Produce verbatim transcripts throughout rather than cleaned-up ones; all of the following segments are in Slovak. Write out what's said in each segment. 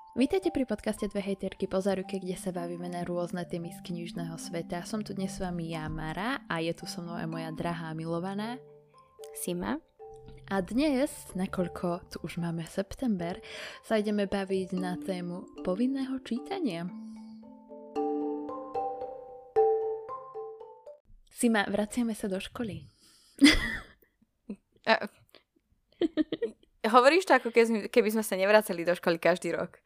Vítajte pri podcaste Dve hejterky po záruke, kde sa bavíme na rôzne témy z knižného sveta. Som tu dnes s vami ja, Mara, a je tu so mnou aj moja drahá milovaná Sima. A dnes, nakoľko tu už máme september, sa ideme baviť na tému povinného čítania. Sima, vraciame sa do školy. A... Hovoríš to, ako keby sme sa nevracali do školy každý rok.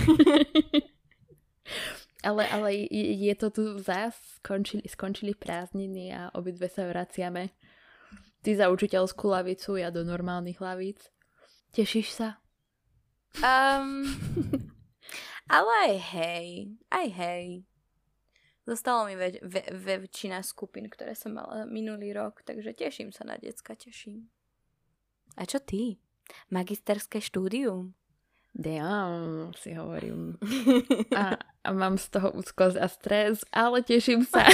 ale, ale je to tu zás, skončili, skončili prázdniny a obidve sa vraciame. Ty za učiteľskú lavicu, ja do normálnych lavíc. Tešíš sa? Um, ale aj hej, aj hej. Zostalo mi väč- ve- väčšina skupín, ktoré som mala minulý rok, takže teším sa na decka, teším. A čo ty? Magisterské štúdium? Damn, si hovorím. A, a mám z toho úzkosť a stres, ale teším sa.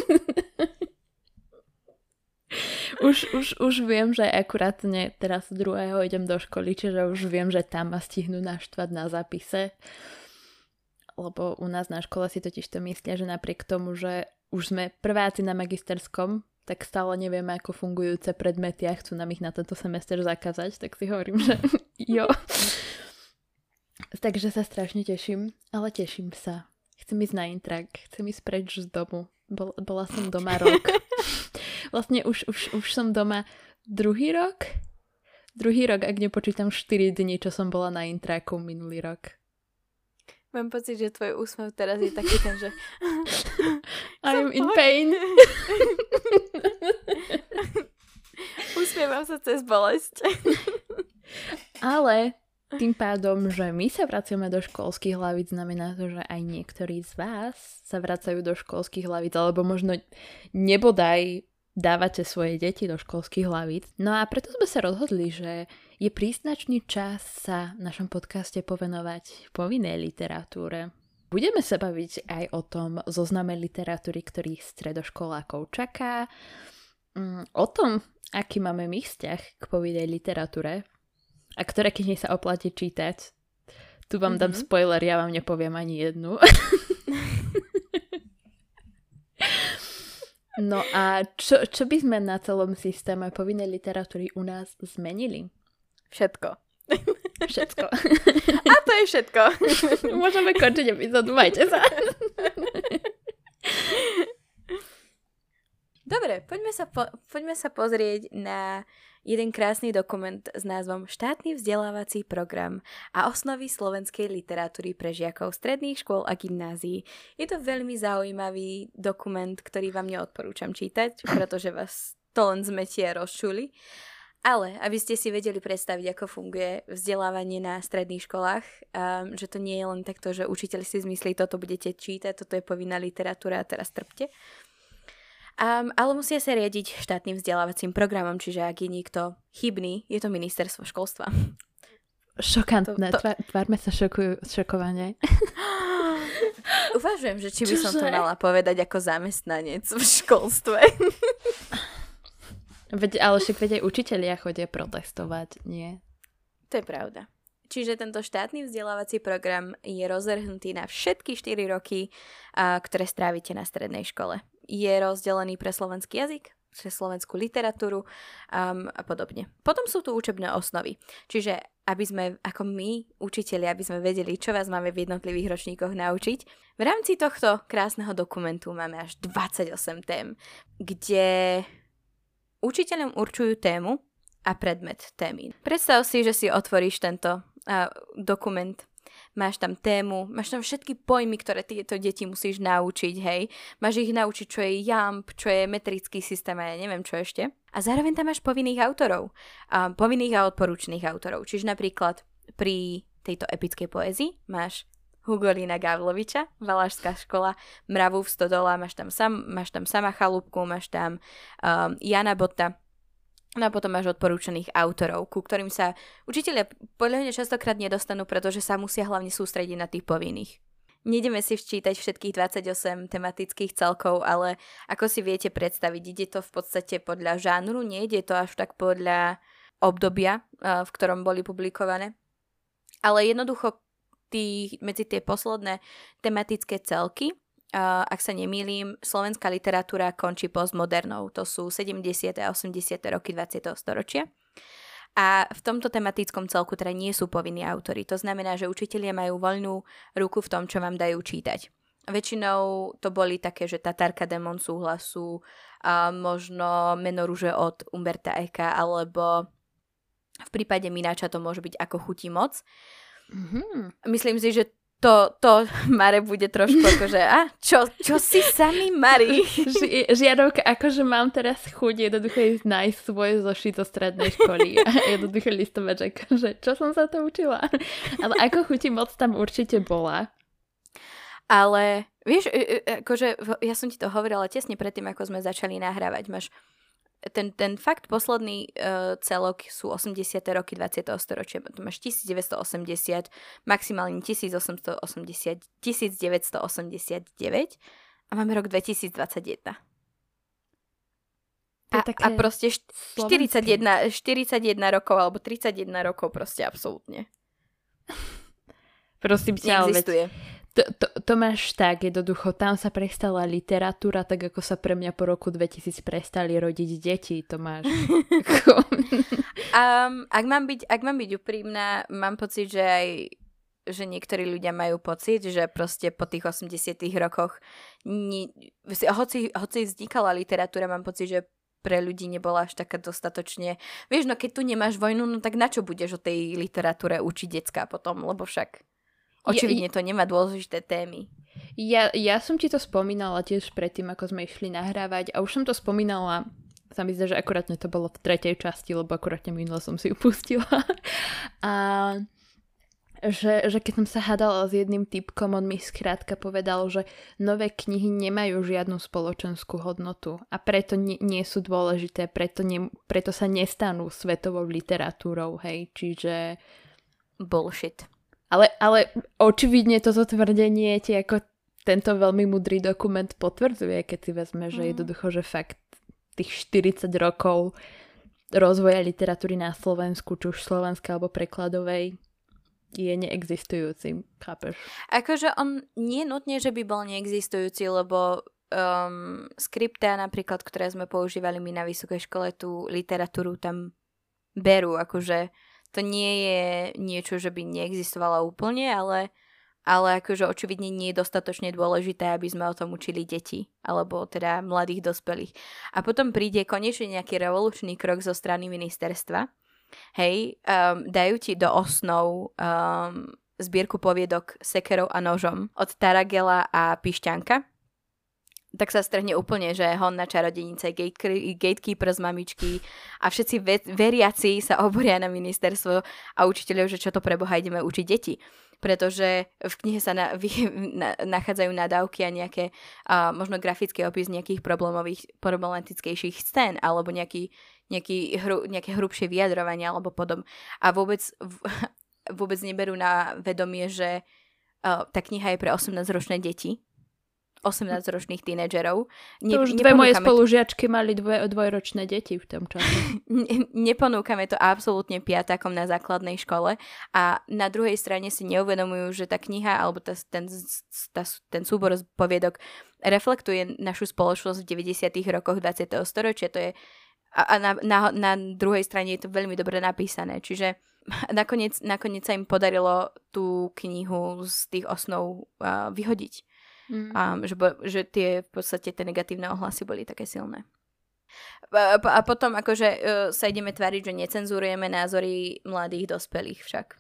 už, už, už viem, že akurátne teraz druhého idem do školy, čiže už viem, že tam ma stihnú naštvať na zápise. Lebo u nás na škole si totiž to myslia, že napriek tomu, že už sme prváci na magisterskom, tak stále nevieme, ako fungujúce predmety a chcú nám ich na tento semester zakázať, tak si hovorím, že jo. Takže sa strašne teším, ale teším sa. Chcem ísť na intrak, chcem ísť preč z domu. Bol, bola som doma rok. Vlastne už, už, už som doma druhý rok. Druhý rok, ak nepočítam štyri dni, čo som bola na intraku minulý rok. Mám pocit, že tvoj úsmev teraz je taký ten, že... I'm in pain. Usmievam sa cez bolesť. Ale tým pádom, že my sa vraciame do školských hlavíc, znamená to, že aj niektorí z vás sa vracajú do školských hlavíc, alebo možno nebodaj dávate svoje deti do školských hlavíc. No a preto sme sa rozhodli, že je príznačný čas sa v našom podcaste povenovať povinnej literatúre. Budeme sa baviť aj o tom zozname literatúry, ktorý stredoškolákov čaká, o tom, aký máme my vzťah k povinnej literatúre a ktoré knihy sa oplatí čítať. Tu vám mm-hmm. dám spoiler, ja vám nepoviem ani jednu. No a čo, čo by sme na celom systéme povinnej literatúry u nás zmenili? Všetko. Všetko. A to je všetko. Môžeme končiť epizódu, majte sa. Dobre, poďme sa, po, poďme sa pozrieť na jeden krásny dokument s názvom Štátny vzdelávací program a osnovy slovenskej literatúry pre žiakov stredných škôl a gymnázií. Je to veľmi zaujímavý dokument, ktorý vám neodporúčam čítať, pretože vás to len zmetie a rozčúli. Ale aby ste si vedeli predstaviť, ako funguje vzdelávanie na stredných školách, um, že to nie je len takto, že učiteľ si zmyslí, toto budete čítať, toto je povinná literatúra a teraz trpte. Um, ale musia sa riadiť štátnym vzdelávacím programom, čiže ak je niekto chybný, je to ministerstvo školstva. Šokantné, to, to... tvárme sa šokujú, šokovane. Uvažujem, že či by Čože? som to mala povedať ako zamestnanec v školstve. Veď, ale však veď aj učitelia chodia protestovať, nie? To je pravda. Čiže tento štátny vzdelávací program je rozvrhnutý na všetky štyri roky, a, ktoré strávite na strednej škole. Je rozdelený pre slovenský jazyk, pre slovenskú literatúru um, a podobne. Potom sú tu učebné osnovy. Čiže aby sme, ako my, učitelia, aby sme vedeli, čo vás máme v jednotlivých ročníkoch naučiť, v rámci tohto krásneho dokumentu máme až dvadsaťosem tém, kde učiteľom určujú tému a predmet témy. Predstav si, že si otvoríš tento uh, dokument, máš tam tému, máš tam všetky pojmy, ktoré tieto deti musíš naučiť, hej. Máš ich naučiť, čo je jamp, čo je metrický systém a ja neviem čo ešte. A zároveň tam máš povinných autorov, uh, povinných a odporúčaných autorov. Čiže napríklad pri tejto epickej poézii máš Hugolína Gavloviča, Valašská škola, Mravu v Stodola, máš tam, sam, máš tam Sama Chalúbku, máš tam um, Jana Botta, no a potom máš odporúčaných autorov, ku ktorým sa učitelia podľa mňa častokrát nedostanú, pretože sa musia hlavne sústrediť na tých povinných. Nejdeme si včítať všetkých dvadsaťosem tematických celkov, ale ako si viete predstaviť, ide to v podstate podľa žánru, nejde to až tak podľa obdobia, uh, v ktorom boli publikované. Ale jednoducho tý, medzi tie posledné tematické celky, uh, ak sa nemýlim, slovenská literatúra končí postmodernou. To sú sedemdesiate a osemdesiate roky dvadsiateho storočia. A v tomto tematickom celku teda nie sú povinní autori. To znamená, že učitelia majú voľnú ruku v tom, čo vám dajú čítať. Väčšinou to boli také, že Tatárka démon súhlasu, a možno Meno rúže od Umberta Eka, alebo v prípade Mináča to môže byť Ako chutí moc. Mm-hmm. Myslím si, že to, to Mare bude trošku akože, a čo, čo si sami Mari? Ži, žiadovka, akože mám teraz chuť jednoducho ísť nájsť svoj zošit zo strednej školy a jednoducho listovať, akože, čo som sa to učila. Ale Ako chutí moc tam určite bola. Ale vieš, akože ja som ti to hovorila tesne predtým, ako sme začali nahrávať. Máš ten, ten fakt posledný uh, celok sú osemdesiate roky dvadsiateho storočia. Tu máš devätnásťstoosemdesiat, maximálne tisícosemstoosemdesiat, devätnásťstoosemdesiatdeväť a máme rok dvetisícdvadsaťjeden. A, a proste štyridsaťjeden, štyridsaťjeden rokov alebo tridsaťjeden rokov proste absolútne. Prosím ťa, neexistuje. To, to, to máš tak, jednoducho, tam sa prestala literatúra, tak ako sa pre mňa po roku dvetisíc prestali rodiť deti, to máš. um, ak, mám byť, ak mám byť úprimná, mám pocit, že aj že niektorí ľudia majú pocit, že proste po tých osemdesiatych rokoch ni, hoci, hoci vznikala literatúra, mám pocit, že pre ľudí nebola až taká dostatočne. Vieš, no keď tu nemáš vojnu, no tak na čo budeš o tej literatúre učiť decká potom, lebo však očividne to nemá dôležité témy. Ja, ja som ti to spomínala tiež predtým, ako sme išli nahrávať a už som to spomínala, sa mi zdá, že akurátne to bolo v tretej časti, lebo akurátne minule som si ju pustila. A že, že keď som sa hádala s jedným typkom, on mi skrátka povedal, že nové knihy nemajú žiadnu spoločenskú hodnotu a preto nie, nie sú dôležité, preto, ne, preto sa nestanú svetovou literatúrou, hej, čiže bullshit. Ale, ale očividne toto tvrdenie ti ako tento veľmi mudrý dokument potvrdzuje, keď si vezme, mm. že jednoducho, že fakt tých štyridsať rokov rozvoja literatúry na Slovensku, či už slovenskej alebo prekladovej, je neexistujúci, chápeš? Akože on nie nutne, že by bol neexistujúci, lebo um, skripta napríklad, ktoré sme používali my na vysokej škole, tú literatúru tam berú, akože to nie je niečo, že by neexistovalo úplne, ale, ale akože očividne nie je dostatočne dôležité, aby sme o tom učili deti, alebo teda mladých dospelých. A potom príde konečne nejaký revolučný krok zo strany ministerstva. Hej, um, dajú ti do osnov um, zbierku poviedok Sekerou a nožom od Taragela a Pišťanka. Tak sa strhne úplne, že Honna čarodejnice, gatekeeper z mamičky a všetci ve- veriaci sa oboria na ministerstvo a učiteľov, že čo to pre Boha ideme učiť deti. Pretože v knihe sa na, vy, na, nachádzajú nadávky a nejaké uh, možno grafický opis nejakých problémových, problematickejších scén alebo nejaký, nejaký hru, nejaké hrubšie vyjadrovania alebo podob. A vôbec, vôbec neberú na vedomie, že uh, tá kniha je pre osemnásťročné deti. osemnásťročných tínedžerov. Ne, to už dve moje spolužiačky mali dvoj, dvojročné deti v tom čase. Ne, neponúkame to absolútne piatákom na základnej škole a na druhej strane si neuvedomujú, že tá kniha alebo tá, ten, tá, ten súbor z poviedok reflektuje našu spoločnosť v deväťdesiatych rokoch dvadsiateho storočia. To je, a a na, na, na druhej strane je to veľmi dobre napísané. Čiže nakoniec, nakoniec sa im podarilo tú knihu z tých osnov uh, vyhodiť. Mm. A že, že tie v podstate tie negatívne ohlasy boli také silné. A, a potom akože uh, sa ideme tváriť, že necenzurujeme názory mladých dospelých však.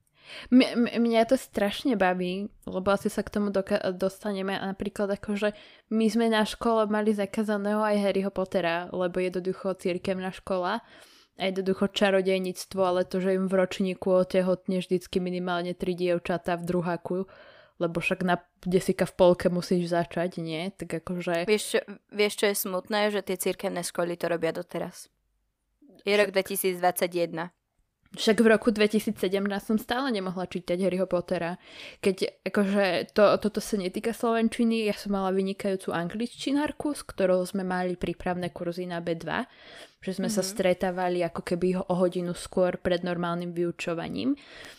M- m- mňa to strašne baví, lebo asi sa k tomu doka- dostaneme. A napríklad akože my sme na škole mali zakazaného aj Harryho Pottera, lebo jednoducho cirkevná škola a jednoducho čarodejníctvo, ale to, že im v ročníku otehotne vždycky minimálne tri dievčatá v druháku, lebo však na desika v polke musíš začať, nie? Tak akože... Vieš čo, vieš, čo je smutné? Že tie cirkevné školy to robia doteraz. Je však... rok dvetisícdvadsaťjeden. Však v roku dvetisícsedemnásť som stále nemohla čítať Harryho Pottera. Keď akože to, toto sa netýka slovenčiny, ja som mala vynikajúcu angličtinárku, s ktorou sme mali prípravné kurzy na bé dva, že sme mm-hmm. sa stretávali ako keby o hodinu skôr pred normálnym vyučovaním.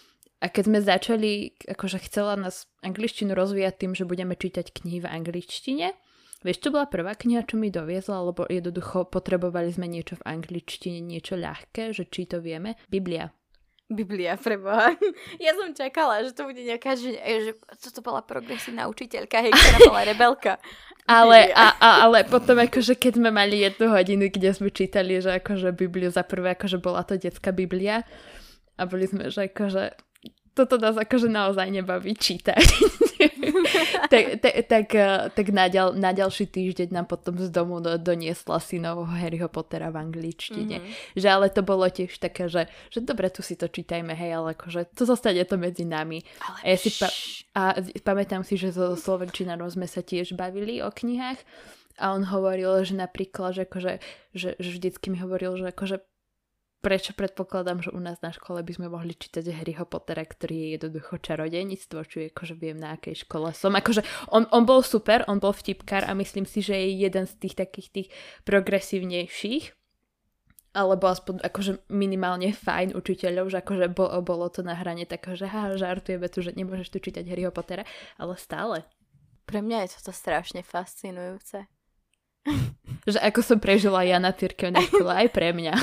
A keď sme začali, akože chcela nás angličtinu rozvíjať tým, že budeme čítať knihy v angličtine, vieš, čo bola prvá kniha, čo mi doviezla, lebo jednoducho potrebovali sme niečo v angličtine, niečo ľahké, že či to vieme? Biblia. Biblia, preboha. Ja som čakala, že to bude nejaká, že, že toto bola progresívna učiteľka, hej, ktorá bola rebelka. Ale, a, a, ale potom akože keď sme mali jednu hodinu, kde sme čítali, že akože Bibliu za prvé, akože bola to detská Biblia a boli sme, že akože toto nás akože naozaj nebaví čítať. tak, tak, tak, tak na, ďal, na ďalší týždeň nám potom z domu do, doniesla synovho Harryho Pottera v angličtine. Mm-hmm. Že ale to bolo tiež také, že, že dobre, tu si to čítajme, hej, ale akože to zostane to medzi nami. Ale a ja si pa- a pamätám si, že so slovenčinou sme sa tiež bavili o knihách a on hovoril, že napríklad, že, akože, že, že vždycky mi hovoril, že akože prečo predpokladám, že u nás na škole by sme mohli čítať Harryho Pottera, ktorý je jednoducho čarodejníctvo, či akože viem, na akej škole som. Akože on, on bol super, on bol vtipkár a myslím si, že je jeden z tých takých tých progresívnejších, alebo aspoň akože minimálne fajn učiteľov, že akože bolo, bolo to na hrane také, že ha, žartujeme tu, že nemôžeš tu čítať Harryho Pottera, ale stále. Pre mňa je toto strašne fascinujúce. Že ako som prežila ja na cirkevnej škole, aj pre mňa.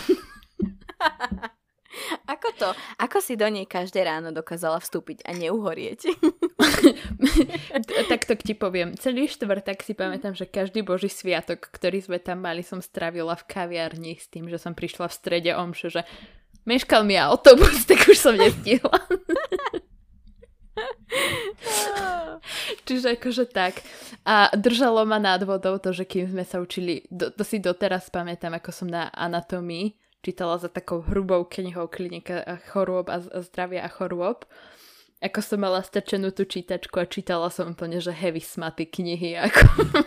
Ako to? Ako si do nej každé ráno dokázala vstúpiť a neuhorieť? Takto ti poviem. Celý štvrtok si pamätám, že každý boží sviatok, ktorý sme tam mali, som strávila v kaviarni s tým, že som prišla v strede omše, že meškal mi autobus, tak už som nestihla. Čiže akože tak. A držalo ma nad vodou to, že kým sme sa učili, do, to si doteraz pamätám, ako som na anatómii čítala za takou hrubou knihou klinika chorôb a zdravia a chorôb. Ako som mala strčenú tú čítačku a čítala som úplne, že heavy smaty knihy. Ako...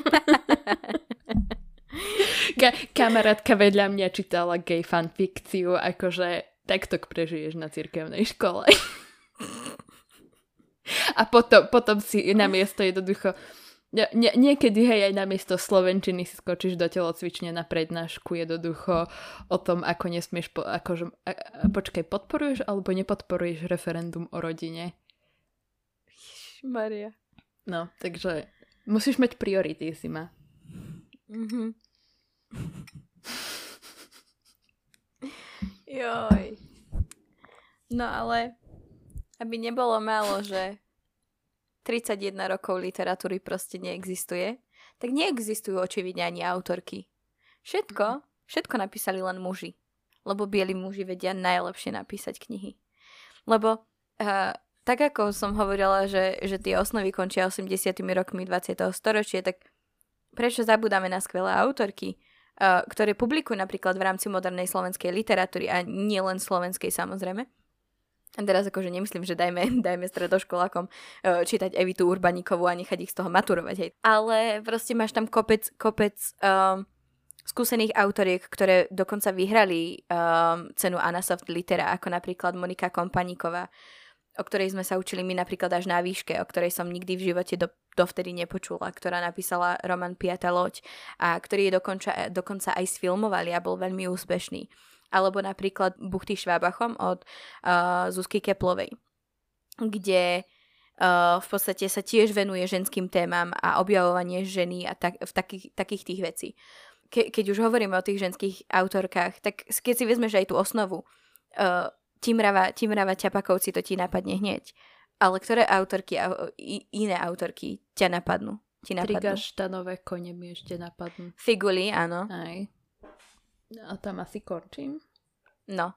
Ka- kamarátka vedľa mňa čítala gay fanfikciu, akože takto prežiješ na cirkevnej škole. A potom, potom si namiesto jednoducho Nie, niekedy, hej, aj namiesto slovenčiny si skočíš do telocvične na prednášku jednoducho o tom, ako nesmieš, po, akože, a, a, počkaj, podporuješ alebo nepodporuješ referendum o rodine? Maria. No, takže musíš mať priority, Zima. Mhm. Joj. No ale, aby nebolo málo, že tridsaťjeden rokov literatúry proste neexistuje, tak neexistujú očividne ani autorky. Všetko, všetko napísali len muži. Lebo bieli muži vedia najlepšie napísať knihy. Lebo uh, tak ako som hovorila, že, že tie osnovy končia osemdesiatymi rokmi dvadsiateho storočia, tak prečo zabudáme na skvelé autorky, uh, ktoré publikujú napríklad v rámci modernej slovenskej literatúry a nie len slovenskej samozrejme. A teraz akože nemyslím, že dajme, dajme stredoškolákom uh, čítať Evitu Urbaníkovú a nechať ich z toho maturovať, hej. Ale proste máš tam kopec, kopec um, skúsených autoriek, ktoré dokonca vyhrali um, cenu Anasoft Litera, ako napríklad Monika Kompaníková, o ktorej sme sa učili my napríklad až na výške, o ktorej som nikdy v živote do, dovtedy nepočula, ktorá napísala román Piata loď a ktorý je dokonca, dokonca aj sfilmovali a bol veľmi úspešný. Alebo napríklad Buchty Švábachom od uh, Zuzky Keplovej, kde uh, v podstate sa tiež venuje ženským témam a objavovanie ženy a tak, v takých, takých tých vecí. Ke, keď už hovoríme o tých ženských autorkách, tak keď si vezmeš aj tú osnovu, uh, Timrava, Timrava Ťapakovci, to ti napadne hneď. Ale ktoré autorky a iné autorky ťa napadnú? Ti napadnú? Trigaštanové kone mi ešte napadnú. Figuli, áno. Aj. A tam asi končím. No.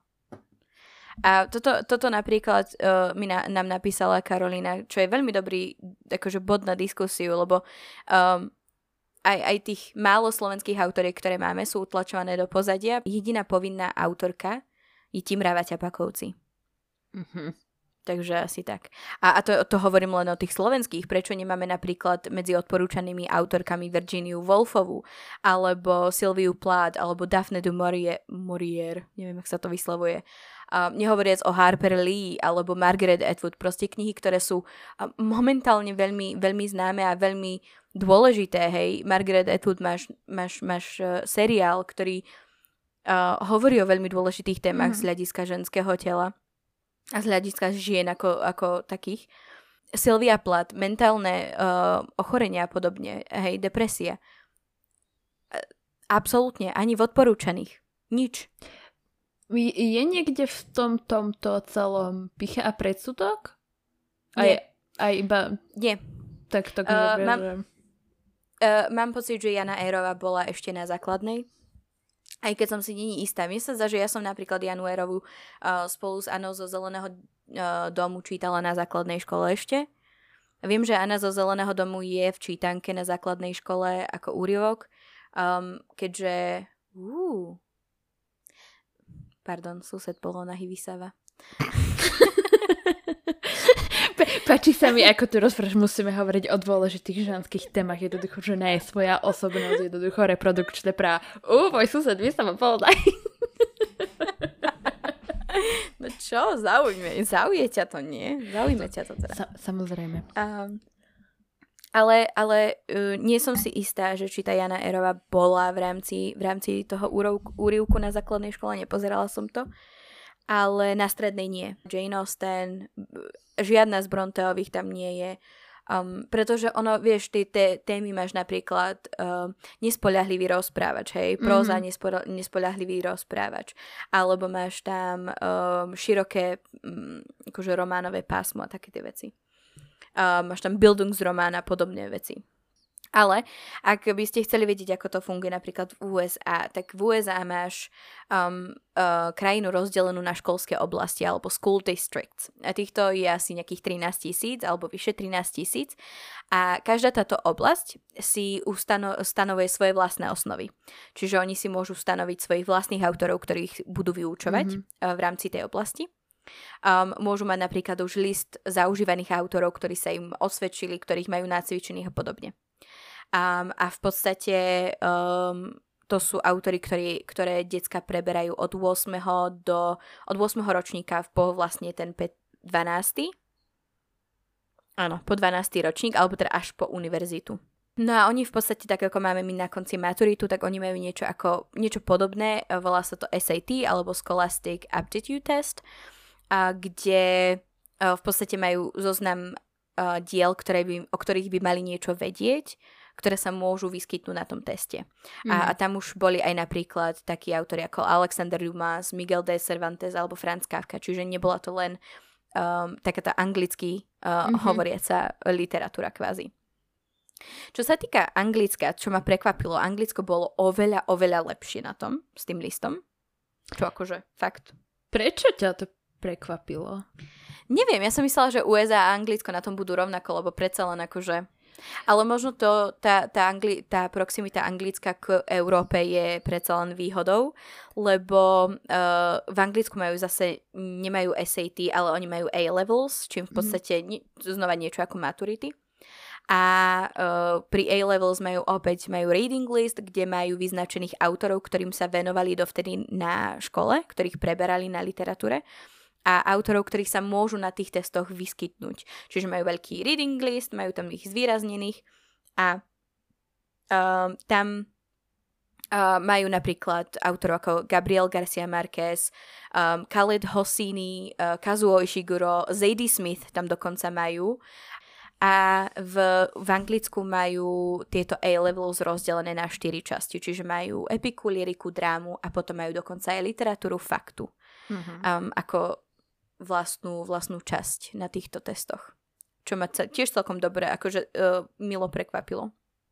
A toto, toto napríklad uh, mi na, nám napísala Karolina, čo je veľmi dobrý akože bod na diskusiu, lebo um, aj, aj tých málo slovenských autoriek, ktoré máme, sú utlačované do pozadia. Jediná povinná autorka je Timrava Ťapakovci. Mhm. Takže asi tak. A, a to, to hovorím len o tých slovenských. Prečo nemáme napríklad medzi odporúčanými autorkami Virginiu Woolfovú, alebo Sylviu Plath, alebo Daphne du Maurier, Maurier, neviem, jak sa to vyslovuje. Uh, nehovoriac o Harper Lee, alebo Margaret Atwood. Proste knihy, ktoré sú uh, momentálne veľmi, veľmi známe a veľmi dôležité. Hej, Margaret Atwood máš, máš, máš uh, seriál, ktorý uh, hovorí o veľmi dôležitých témach mm. z hľadiska ženského tela. a z hľadiska žien ako, ako takých. Sylvia Plath, mentálne uh, ochorenia a podobne, hej, depresia. Absolútne, ani v odporúčaných. Nič. Je niekde v tom tomto celom pýcha a predsudok? Nie. Aj, aj iba... Nie. Tak to uh, uh, mám, uh, mám pocit, že Jana Érová bola ešte na základnej. Aj keď som si není istá. Mne sa zdá, že ja som napríklad Janu Érovú uh, spolu s Anou zo Zeleného uh, domu čítala na základnej škole ešte. Viem, že Anna zo Zeleného domu je v čítanke na základnej škole ako úryvok, um, keďže... Uh, pardon, sused polonahy vysáva. Páči sa mi, ako tu rozprávaš, musíme hovoriť o dôležitých ženských témach. Jednoducho, že nie je svoja osobnosť, jednoducho reprodukčné práva. Ú, môj sused vysáva polonahy. No čo, zaujme, zaujme ťa to, nie? Zaujme ťa to teda. Sa, samozrejme. Um, ale ale uh, nie som si istá, že či tá Jana Érová bola v rámci, v rámci toho úrivku na základnej škole, nepozerala som to. Ale na strednej nie. Jane Austen, žiadna z Bronteových tam nie je. Um, pretože ono, vieš, ty té, témy máš napríklad um, nespoľahlivý rozprávač, hej, próza mm-hmm. nespo, nespoľahlivý rozprávač, alebo máš tam um, široké um, akože románové pásmo a také tie veci. Um, máš tam Bildungsromán a podobné veci. Ale ak by ste chceli vedieť, ako to funguje napríklad v ú es á, tak v ú es á máš um, uh, krajinu rozdelenú na školské oblasti alebo school districts. A týchto je asi nejakých trinásť tisíc alebo vyše trinásť tisíc. A každá táto oblasť si ustano- stanovuje svoje vlastné osnovy. Čiže oni si môžu stanoviť svojich vlastných autorov, ktorých budú vyučovať mm-hmm. uh, v rámci tej oblasti. Um, môžu mať napríklad už list zaužívaných autorov, ktorí sa im osvedčili, ktorých majú nacvičených a podobne. Um, a v podstate um, to sú autory, ktorí, ktoré decka preberajú od ôsmeho do od ôsmeho ročníka po vlastne ten dvanásty Áno, po dvanásty ročník, alebo teda až po univerzitu. No a oni v podstate, tak ako máme my na konci maturitu, tak oni majú niečo ako niečo podobné, volá sa to es á té alebo Scholastic Aptitude Test, a kde a v podstate majú zoznam a, diel, ktoré by, o ktorých by mali niečo vedieť, ktoré sa môžu vyskytnúť na tom teste. Mm. A, a tam už boli aj napríklad takí autori ako Alexander Dumas, Miguel de Cervantes alebo Franz Kafka, čiže nebola to len um, taká tá anglicky uh, mm-hmm. hovoriaca literatúra kvázi. Čo sa týka anglicka, čo ma prekvapilo, Anglicko bolo oveľa, oveľa lepšie na tom, s tým listom. Čo akože, fakt. Prečo ťa to prekvapilo? Neviem, ja som myslela, že ú es á a Anglicko na tom budú rovnako, lebo predsa len akože... Ale možno to, tá, tá, angli, tá proximita anglická k Európe je predsa len výhodou, lebo uh, v Anglicku majú zase, nemajú es á té, ale oni majú A-levels, čím v podstate mm. znova niečo ako maturity. A uh, pri A-levels majú opäť majú reading list, kde majú vyznačených autorov, ktorým sa venovali dovtedy na škole, ktorých preberali na literatúre, a autorov, ktorých sa môžu na tých testoch vyskytnúť. Čiže majú veľký reading list, majú tam ich zvýraznených a uh, tam uh, majú napríklad autorov ako Gabriel Garcia Marquez, um, Khaled Hosseini, uh, Kazuo Ishiguro, Zadie Smith tam dokonca majú. A v, v Anglicku majú tieto A-levels rozdelené na štyri časti, čiže majú epiku, lyriku, drámu a potom majú dokonca aj literatúru faktu. Mm-hmm. Um, ako vlastnú, vlastnú časť na týchto testoch. Čo ma tiež celkom dobre, akože uh, milo prekvapilo.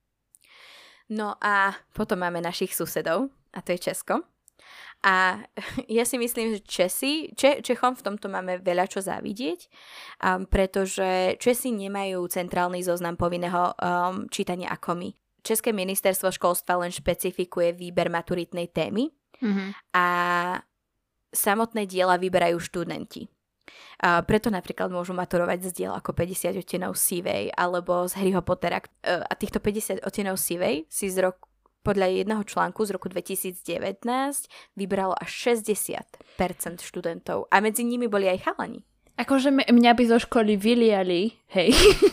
No a potom máme našich susedov, a to je Česko. A ja si myslím, že Česi, Če, Čechom v tomto máme veľa čo závidieť, um, pretože Česi nemajú centrálny zoznam povinného um, čítania ako my. České ministerstvo školstva len špecifikuje výber maturitnej témy mm-hmm. a samotné diela vyberajú študenti. A preto napríklad môžu maturovať z diel ako päťdesiat odtienov sivej alebo z Harryho Pottera. A týchto päťdesiat odtienov sivej si z roku, podľa jedného článku z roku dvetisícdevätnásť vybralo až šesťdesiat percent študentov. A medzi nimi boli aj chalani. Akože mňa by zo školy vyliali, hej.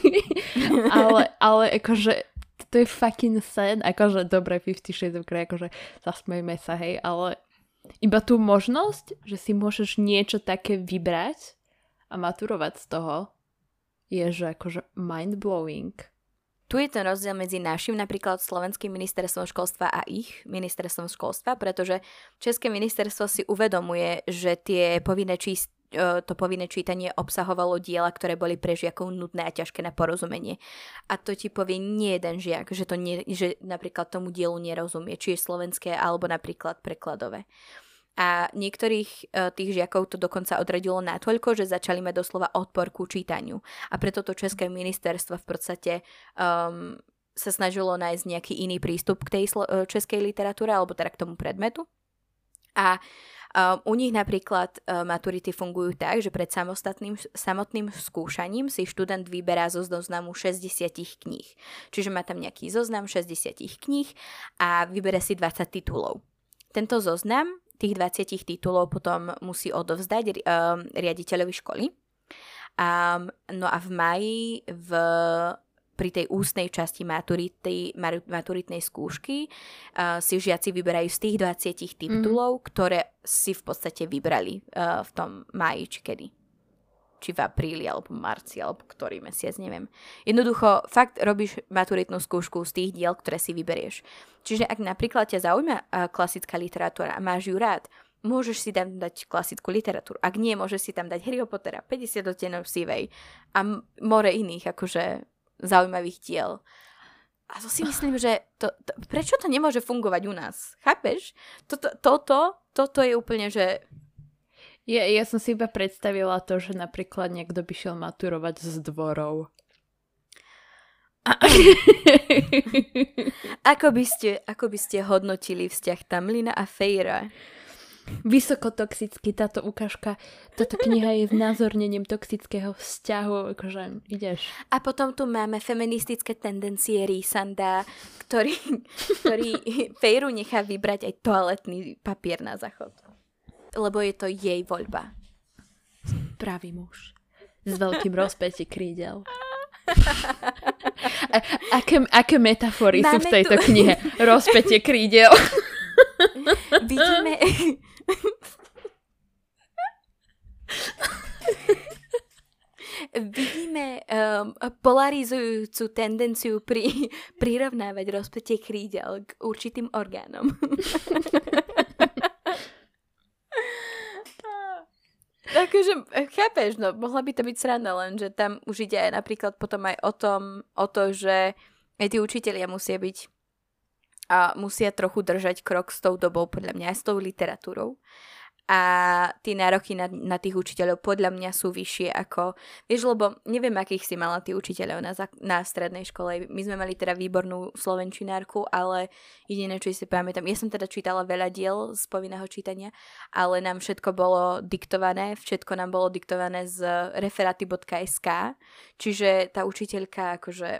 ale, ale akože to je fucking sen. Akože dobre, Fifty Shades of Grey, akože zasmejme sa, hej, ale iba tú možnosť, že si môžeš niečo také vybrať a maturovať z toho je, že akože mind-blowing. Tu je ten rozdiel medzi našim napríklad slovenským ministerstvom školstva a ich ministerstvom školstva, pretože české ministerstvo si uvedomuje, že tie povinné číst, to povinné čítanie obsahovalo diela, ktoré boli pre žiakov nudné a ťažké na porozumenie. A to ti povie nie jeden žiak, že, to nie, že napríklad tomu dielu nerozumie, či je slovenské alebo napríklad prekladové. A niektorých uh, tých žiakov to dokonca odradilo natoľko, že začali mať doslova odpor ku čítaniu. A preto to české ministerstvo v podstate um, sa snažilo nájsť nejaký iný prístup k tej slo- českej literatúre, alebo teda k tomu predmetu. A um, u nich napríklad uh, maturity fungujú tak, že pred samostatným, samotným skúšaním si študent vyberá zo zoznamu šesťdesiat kníh. Čiže má tam nejaký zoznam šesťdesiat kníh a vybere si dvadsať titulov. Tento zoznam tých dvadsať titulov potom musí odovzdať um, riaditeľovi školy. Um, no a v máji v, pri tej ústnej časti maturity, maturitnej skúšky uh, si žiaci vyberajú z tých dvadsať titulov, mm. ktoré si v podstate vybrali uh, v tom máji či kedy. Či v apríli, alebo marci, alebo ktorý mesiac, neviem. Jednoducho, fakt robíš maturitnú skúšku z tých diel, ktoré si vyberieš. Čiže ak napríklad ťa zaujíma klasická literatúra a máš ju rád, môžeš si tam dať klasickú literatúru. Ak nie, môžeš si tam dať Harryho Pottera, päťdesiat odtieňov sivej a more iných akože zaujímavých diel. A to si myslím, že to, to, prečo to nemôže fungovať u nás? Chápeš? Toto, toto, toto je úplne, že... Ja, ja som si iba predstavila to, že napríklad niekto by šiel maturovať z dvorov. ako, by ste, ako by ste hodnotili vzťah Tamlina a Feyra? Vysokotoxický táto ukážka. Táto kniha je znázornením toxického vzťahu. Akože ideš. A potom tu máme feministické tendencie Rysanda, ktorý, ktorý Feyru nechá vybrať aj toaletný papier na záchod. Lebo je to jej voľba. Pravý muž. S veľkým rozpätím krídel. A, aké, aké metafory Máme sú v tejto tu... knihe? Rozpätie krídel. Vidíme... Vidíme um, polarizujúcu tendenciu pri, prirovnávať rozpätie krídel k určitým orgánom. Takže, chápeš, no, mohla by to byť sranda, len že tam už ide aj napríklad potom aj o tom, o to, že aj tí učitelia musia byť a musia trochu držať krok s tou dobou, podľa mňa, aj s tou literatúrou. A tie nároky na, na tých učiteľov podľa mňa sú vyššie ako... Vieš, lebo neviem, akých si mala tí učiteľov na, na strednej škole. My sme mali teda výbornú slovenčinárku, ale jediné, čo si pamätám... Ja som teda čítala veľa diel z povinného čítania, ale nám všetko bolo diktované. Všetko nám bolo diktované z referaty bodka es ká. Čiže tá učiteľka akože...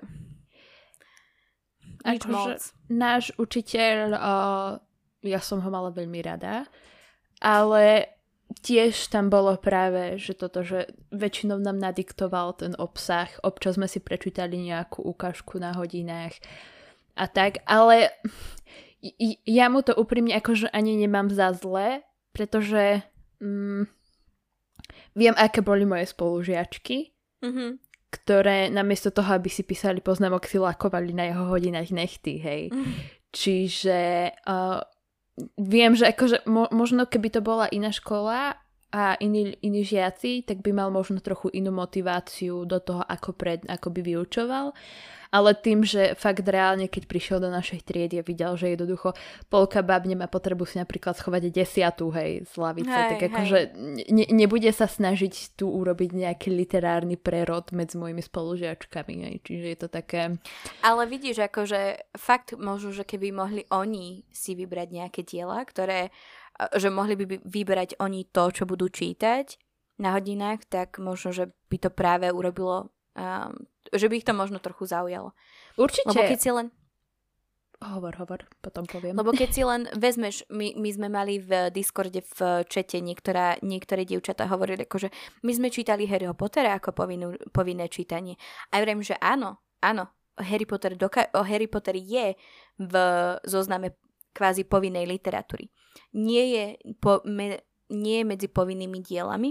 Nič akože moc. Náš učiteľ... Uh, ja som ho mala veľmi rada. Ale tiež tam bolo práve, že toto, že väčšinou nám nadiktoval ten obsah, občas sme si prečítali nejakú ukážku na hodinách a tak, ale ja mu to úprimne akože ani nemám za zlé, pretože mm, viem, aké boli moje spolužiačky, mm-hmm. ktoré namiesto toho, aby si písali poznámok, si lakovali na jeho hodinách nechty, hej. Mm-hmm. Čiže... Uh, Viem, že akože mo- možno keby to bola iná škola a iní, iní žiaci, tak by mal možno trochu inú motiváciu do toho, ako, pred, ako by vyučoval. Ale tým, že fakt reálne, keď prišiel do našej triedy a videl, že jednoducho polka bab nemá potrebu si napríklad schovať desiatu, hej, z lavice, hej, tak akože ne- nebude sa snažiť tu urobiť nejaký literárny prerod medzi mojimi spolužiačkami, hej, čiže je to také... Ale vidíš, akože fakt možno, že keby mohli oni si vybrať nejaké diela, ktoré, že mohli by vyberať oni to, čo budú čítať na hodinách, tak možno, že by to práve urobilo... Um, že by ich to možno trochu zaujalo. Určite. Lebo keď si len... Hovor, hovor, potom poviem. Lebo keď si len vezmeš, my, my sme mali v Discorde v čete niektorá, niektoré dievčatá hovorili, akože my sme čítali Harryho Pottera ako povinnú, povinné čítanie. A ja viem, že áno, áno, Harry Potter, doka- Harry Potter je v zozname kvázi povinnej literatúry. Nie je, po, me, nie je medzi povinnými dielami,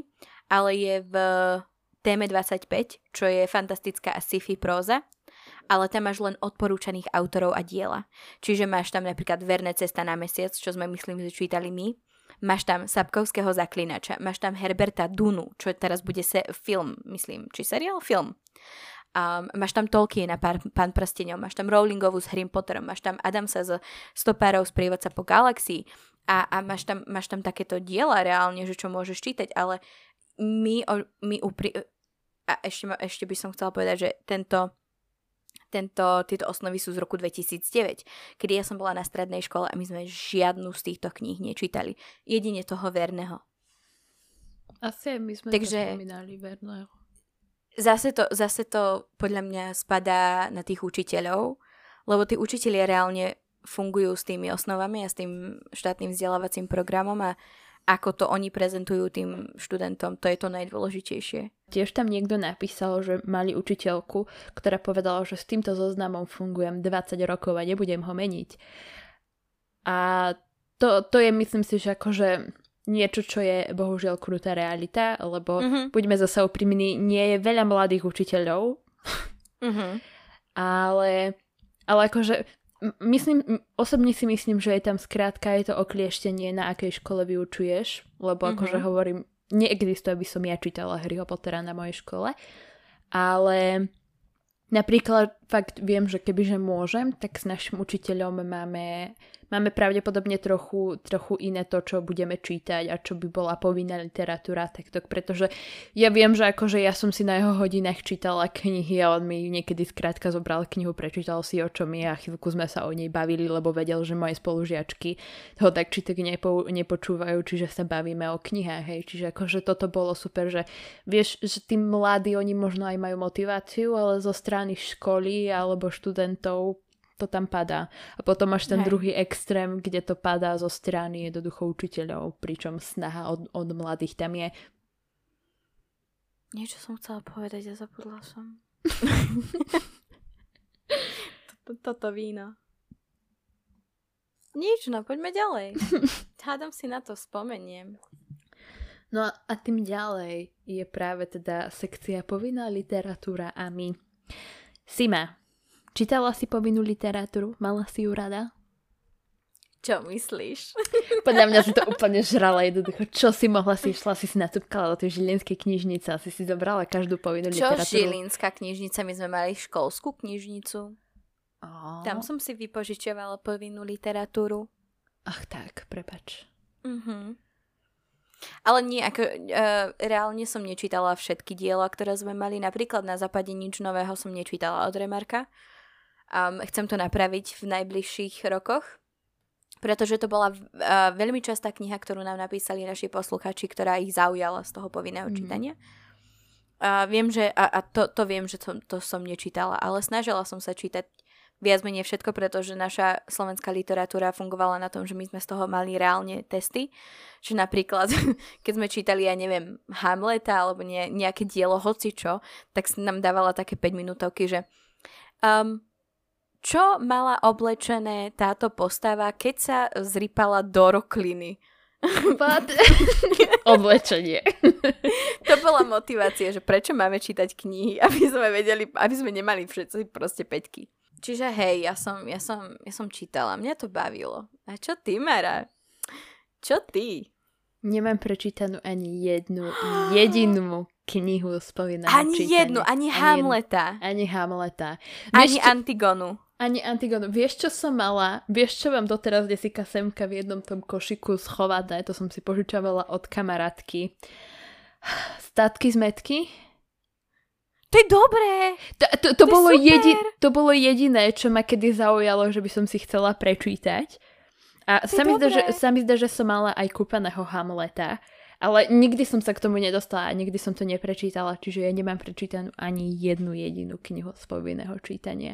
ale je v téme dvadsaťpäť, čo je fantastická sci-fi próza, ale tam máš len odporúčaných autorov a diela. Čiže máš tam napríklad Verne cesta na mesiac, čo sme myslím, že čítali my. Máš tam Sapkovského zaklinača, máš tam Herberta Dunu, čo teraz bude se- film, myslím, či seriál? Film. Um, máš tam Tolkiena, Pán prsteňov, máš tam Rowlingovú s Harry Potterom, máš tam Adamsa z Stopárov z Prievodca po galaxii a, a máš, tam, máš tam takéto diela reálne, že čo môžeš čítať, ale my, my upri... a ešte, ešte by som chcela povedať, že tento Tento, tieto osnovy sú z roku dvetisícdeväť, kedy ja som bola na strednej škole a my sme žiadnu z týchto kníh nečítali. Jedine toho Verneho. Asi my sme Takže, to spomínali Verneho. Zase to, zase to podľa mňa spadá na tých učiteľov, lebo tí učitelia reálne fungujú s tými osnovami a s tým štátnym vzdelávacím programom a ako to oni prezentujú tým študentom, to je to najdôležitejšie. Tiež tam niekto napísal, že mali učiteľku, ktorá povedala, že s týmto zoznamom fungujem dvadsať rokov a nebudem ho meniť. A to, to je, myslím si, že akože niečo, čo je bohužiaľ krutá realita, lebo mm-hmm. buďme zase úprimní, nie je veľa mladých učiteľov, mm-hmm. ale, ale akože myslím, osobne si myslím, že je tam skrátka, je to oklieštenie, na akej škole vyučuješ, lebo mm-hmm. akože hovorím, neexistuje, aby som ja čítala Harryho Pottera na mojej škole, ale napríklad fakt viem, že kebyže môžem, tak s našim učiteľom máme, máme pravdepodobne trochu, trochu iné to, čo budeme čítať a čo by bola povinná literatúra, takto, pretože ja viem, že akože ja som si na jeho hodinách čítala knihy a on mi niekedy skrátka zobral knihu, prečítal si o čom je a chvíľku sme sa o nej bavili, lebo vedel, že moje spolužiačky ho tak či tak nepo, nepočúvajú, čiže sa bavíme o knihách, hej, čiže akože toto bolo super, že vieš, že tí mladí, oni možno aj majú motiváciu, ale zo strany školy alebo študentov to tam padá. A potom máš ten Hej. druhý extrém, kde to padá zo strany jednoducho učiteľov, pričom snaha od, od mladých tam je. Niečo som chcela povedať a zabudla som. toto, toto víno. Nič, no poďme ďalej. Hádam si na to spomeniem. No a tým ďalej je práve teda sekcia povinná literatúra a my. Sima, čítala si povinnú literatúru? Mala si ju rada? Čo myslíš? Podľa mňa si to úplne žrala jednoducho. Čo si mohla si, šla si si natúpkala do tej žilinskej knižnice a si si zobrala každú povinnú Čo literatúru. Čo žilinská knižnica? My sme mali školskú knižnicu. Oh. Tam som si vypožičovala povinnú literatúru. Ach tak, prepač. Mhm. Ale nie, ako, uh, reálne som nečítala všetky diela, ktoré sme mali. Napríklad Na západe nič nového som nečítala od Remarka. Um, chcem to napraviť v najbližších rokoch, pretože to bola uh, veľmi častá kniha, ktorú nám napísali naši posluchači, ktorá ich zaujala z toho povinného mm. čítania. Uh, viem, že, a, a to, to viem, že to, to som nečítala, ale snažila som sa čítať viac menej všetko, pretože naša slovenská literatúra fungovala na tom, že my sme z toho mali reálne testy. Že napríklad, keď sme čítali, ja neviem, Hamleta alebo ne, nejaké dielo hocičo, tak nám dávala také päť minútovky, že um, čo mala oblečené táto postava, keď sa zrypala do rokliny? Oblečenie. To bola motivácia, že prečo máme čítať knihy, aby sme vedeli, aby sme nemali všetci proste päťky. Čiže hej, ja som, ja som, ja som čítala, mňa to bavilo. A čo ty, Mara? Čo ty? Nemám prečítanú ani jednu jedinú knihu z povinného ani čítania. Jednu, ani Hamleta. Ani Hamleta. Ani Vieš, Antigonu. Ani Antigonu. Vieš, čo som mala? Vieš, čo vám doteraz desika semka v jednom tom košiku schované? To som si požičavala od kamarátky. Statky zmetky? To je dobré. To, to, to, to, bolo jedi, to bolo jediné, čo ma kedy zaujalo, že by som si chcela prečítať. A sa mi, zdá, že, sa mi zdá, že som mala aj kúpeného Hamleta. Ale nikdy som sa k tomu nedostala a nikdy som to neprečítala. Čiže ja nemám prečítanú ani jednu jedinú knihu z povinného čítania.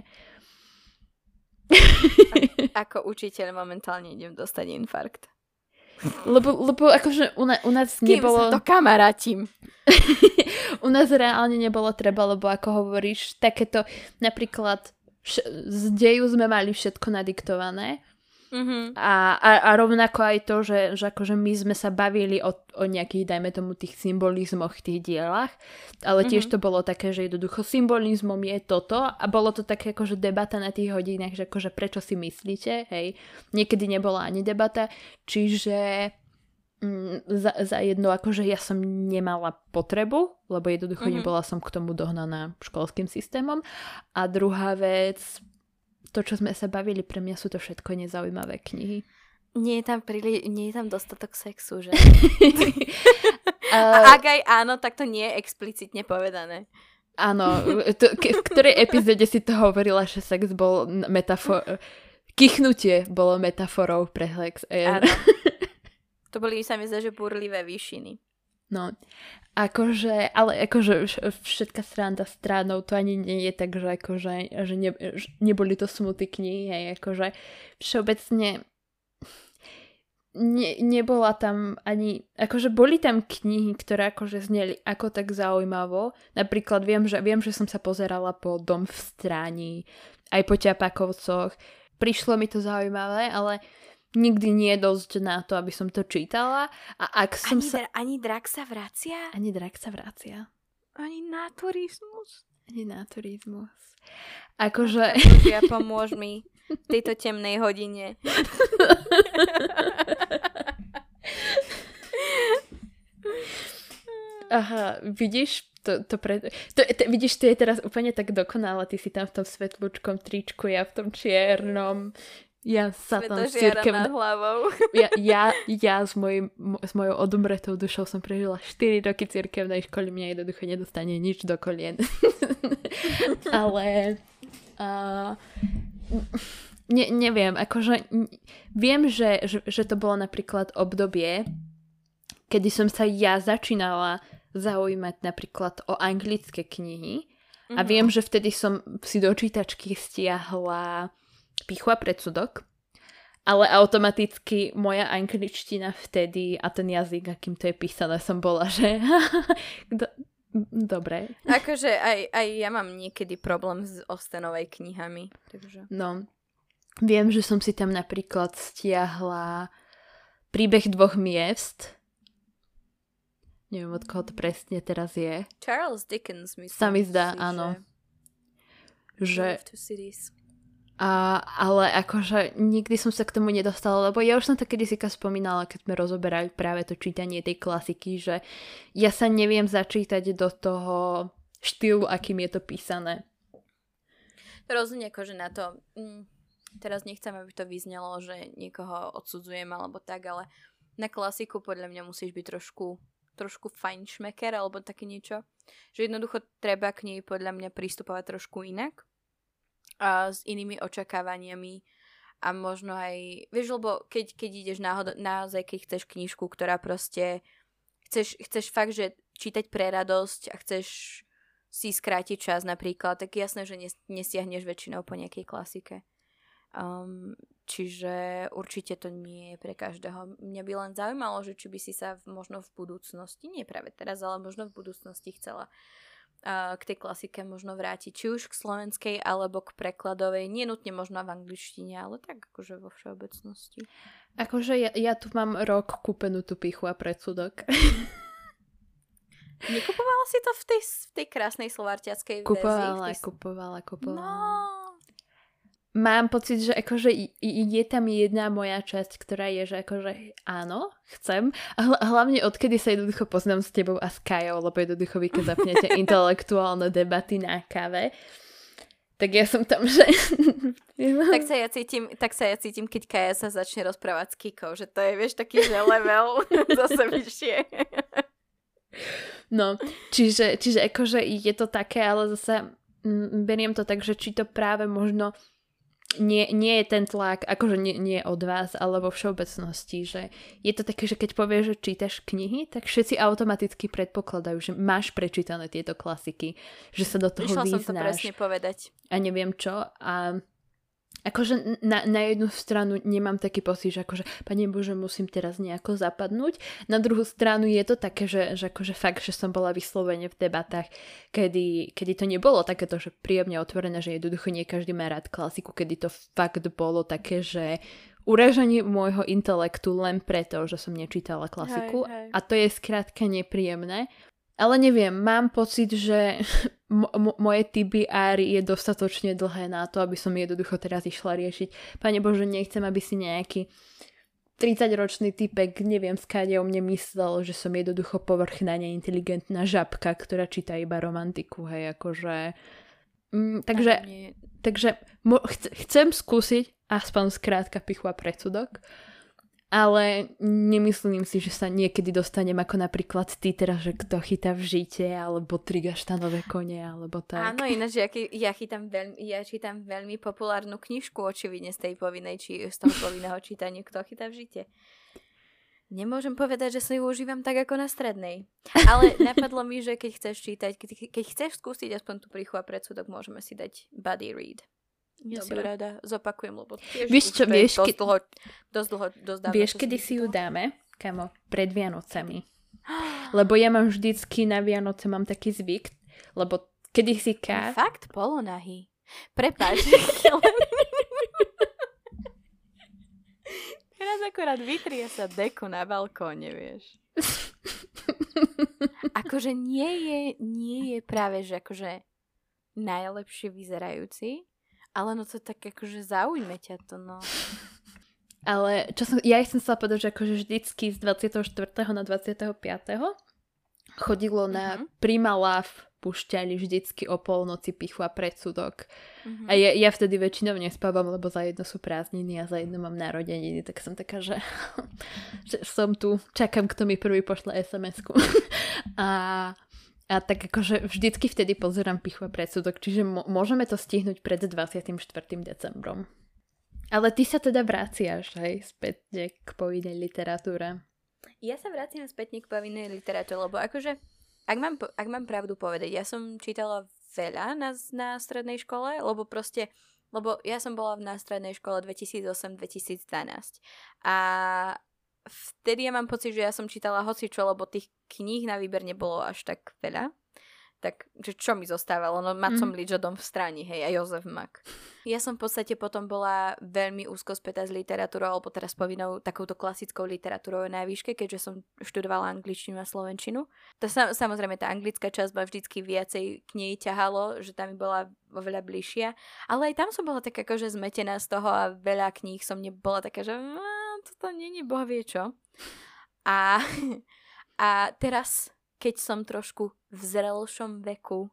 A, ako učiteľ momentálne idem dostať infarkt. Lebo, lebo akože u, na, u nás Kým nebolo... Kým sa to kamarátim. U nás reálne nebolo treba, lebo ako hovoríš, takéto napríklad š- z deju sme mali všetko nadiktované Mm-hmm. A, a, a rovnako aj to, že, že akože my sme sa bavili o, o nejakých, dajme tomu, tých symbolizmoch v tých dielach, ale tiež Mm-hmm. to bolo také, že jednoducho symbolizmom je toto a bolo to také akože debata na tých hodinách, že akože prečo si myslíte, hej. Niekedy nebola ani debata, čiže mm, za, za jedno akože ja som nemala potrebu, lebo jednoducho Mm-hmm. nebola som k tomu dohnaná školským systémom. A druhá vec, to, čo sme sa bavili, pre mňa sú to všetko nezaujímavé knihy. Nie je tam, príli... nie je tam dostatok sexu, že? A, A ak aj áno, tak to nie je explicitne povedané. áno, to, ke, v ktorej epizóde si to hovorila, že sex bol metafor... Kichnutie bolo metaforou pre sex. Áno. To boli, sa mi zdá, že burlivé výšiny. No, akože, ale akože všetká sranda stranou, to ani nie je tak, že akože, že, ne, že neboli to smutné knihy, hej, akože všeobecne ne, nebola tam ani, akože boli tam knihy, ktoré akože zneli ako tak zaujímavo, napríklad viem, že, viem, že som sa pozerala po Dom v stráni, aj po Ťapakovcoch, prišlo mi to zaujímavé, ale nikdy nie je dosť na to, aby som to čítala. A ak som ani, sa... dra- ani drak sa vracia? Ani drak sa vracia. Ani naturizmus? Ani naturizmus. Akože... Ja pomôž mi v tejto temnej hodine. Aha, vidíš? To, to, pre... to, to, vidíš, to je teraz úplne tak dokonale. Ty si tam v tom svetlučkom tričku, ja v tom čiernom. Ja sa tam s Svetožiara nad hlavou. Ja, ja, ja s, mojim, s mojou odumretou dušou som prežila štyri roky cirkevnej školy. Mňa jednoducho nedostane nič do kolien. Ale uh, ne, neviem, akože viem, že, že, že to bolo napríklad obdobie, kedy som sa ja začínala zaujímať napríklad o anglické knihy. Mm-hmm. A viem, že vtedy som si do čítačky stiahla Pýchu a predsudok, ale automaticky moja angličtina vtedy a ten jazyk, akým to je písané, som bola, že dobre. Akože aj, aj ja mám niekedy problém s Austenovej knihami. Takže... No, viem, že som si tam napríklad stiahla Príbeh dvoch miest. Neviem, od koho to presne teraz je. Charles Dickens, myslím. Sa mi zdá, si, áno. Že... že... A, ale akože nikdy som sa k tomu nedostala, lebo ja už som to kedysi spomínala, keď sme rozoberali práve to čítanie tej klasiky, že ja sa neviem začítať do toho štýlu, akým je to písané. Rozumiem, akože na to, mm, teraz nechcem, aby to vyznelo, že niekoho odsudzujem alebo tak, ale na klasiku podľa mňa musíš byť trošku, trošku fajnšmeker alebo také niečo. Že jednoducho treba k nej podľa mňa pristupovať trošku inak. A s inými očakávaniami a možno aj, vieš, lebo keď, keď ideš náhod, naozaj, keď chceš knižku, ktorá proste chceš, chceš fakt, že čítať pre radosť a chceš si skrátiť čas napríklad, tak jasné, že nes, nesiahneš väčšinou po nejakej klasike. Um, čiže určite to nie je pre každého. Mňa by len zaujímalo, že či by si sa v, možno v budúcnosti, nie práve teraz, ale možno v budúcnosti chcela k tej klasike možno vrátiť, či už k slovenskej, alebo k prekladovej, nie nutne možno v angličtine, ale tak akože vo všeobecnosti. Akože ja, ja tu mám rok kúpenú tú Pýchu a predsudok. Nekupovala si to v tej, v tej krásnej slovárťackej verzii? Kupovala, tej... kupovala, kupovala. No. Mám pocit, že akože je tam jedna moja časť, ktorá je, že akože áno, chcem. A hlavne odkedy sa jednoducho poznám s tebou a s Kajou, lebo jednoducho vy, keď zapnete intelektuálne debaty na káve, tak ja som tam, že... tak, sa ja cítim, tak sa ja cítim, keď Kaja sa začne rozprávať s Kikou, že to je, vieš, taký, že level zase vyššie. No, čiže, čiže akože je to také, ale zase m, beriem to tak, že či to práve možno Nie, nie je ten tlak, akože nie, nie od vás, ale vo všeobecnosti, že je to také, že keď povieš, že čítaš knihy, tak všetci automaticky predpokladajú, že máš prečítané tieto klasiky, že sa do toho Išla vyznáš. som to presne povedať. A neviem čo. A akože na, na jednu stranu nemám taký pocit, že akože, Pane Bože, musím teraz nejako zapadnúť. Na druhú stranu je to také, že, že akože fakt, že som bola vyslovene v debatách, kedy, kedy to nebolo takéto, že príjemne otvorené, že jednoducho nie každý má rád klasiku, kedy to fakt bolo také, že uražanie môjho intelektu len preto, že som nečítala klasiku. Hej, hej. A to je skrátka nepríjemné. Ale neviem, mám pocit, že m- m- moje té bé er je dostatočne dlhé na to, aby som jednoducho teraz išla riešiť. Pane Bože, nechcem, aby si nejaký tridsaťročný typek, neviem, skáde o mne myslel, že som jednoducho povrchná, neinteligentná žabka, ktorá číta iba romantiku, hej, akože... Mm, takže takže mo- ch- chcem skúsiť aspoň skrátka pichu a predsudok, ale nemyslím si, že sa niekedy dostanem ako napríklad ty teraz, že kto chytá v žite, alebo tri gaštanové kone, alebo tak. Áno, ináč ja, ja, chytám veľmi, ja čítam veľmi populárnu knižku, očividne z tej povinnej, či z toho povinného čítania, kto chytá v žite. Nemôžem povedať, že sa ju užívam tak ako na strednej. Ale napadlo mi, že keď chceš čítať, keď, keď chceš skúsiť aspoň tú príchu a predsudok, môžeme si dať buddy read. Ja Dobre. si ju rada zopakujem, lebo tiež vieš čo, vieš, dosť, ke... dlho, dosť dlho, dosť dávno. Vieš, kedy si ju dáme? Kamo, pred Vianocami. Lebo ja mám vždycky na Vianoce mám taký zvyk, lebo kedy si ká... Fakt polonahy. Prepáč. Teraz akorát vytrie sa deko na balkóne, vieš. Akože nie je, nie je práve, že akože najlepšie vyzerajúci, ale no to tak akože zaujme ťa to, no. Ale čo som, ja som chcela povedať, že akože vždycky z dvadsiateho štvrtého na dvadsiateho piateho chodilo mm-hmm. na Prima Love, púšťali vždycky o polnoci pichu a predsudok. Mm-hmm. A ja, ja vtedy väčšinou nespávam, lebo za jedno sú prázdniny a za jedno mám narodeniny, tak som taká, že, že som tu, čakám, kto mi prvý pošle es em esku. a A tak akože vždycky vtedy pozerám pichu a predsudok, čiže m- môžeme to stihnúť pred dvadsiatym štvrtým decembrom. Ale ty sa teda vraciaš, hej, späť k povinnej literatúre. Ja sa vraciam späť k povinnej literatúre, lebo akože, ak mám, ak mám pravdu povedať, ja som čítala veľa na, na strednej škole, lebo proste, lebo ja som bola na strednej škole dvetisícosem dvetisícdvanásť. A vtedy ja mám pocit, že ja som čítala hocičo, lebo tých kníh na výber nebolo až tak veľa. Tak, že čo mi zostávalo? No Macom mm. Lidžodom v stráni, hej, a Jozef Mak. Ja som v podstate potom bola veľmi úzko spätá s literatúrou, alebo teraz povinnou takouto klasickou literatúrou na výške, keďže som študovala angličtinu a slovenčinu. To sa, samozrejme, tá anglická časť ma vždycky viacej k nej ťahalo, že tam mi bola oveľa bližšia. Ale aj tam som bola tak akože zmetená z toho a veľa kníh som nebola taká, že toto nie je boh vie čo. A, a teraz, keď som trošku v zrelšom veku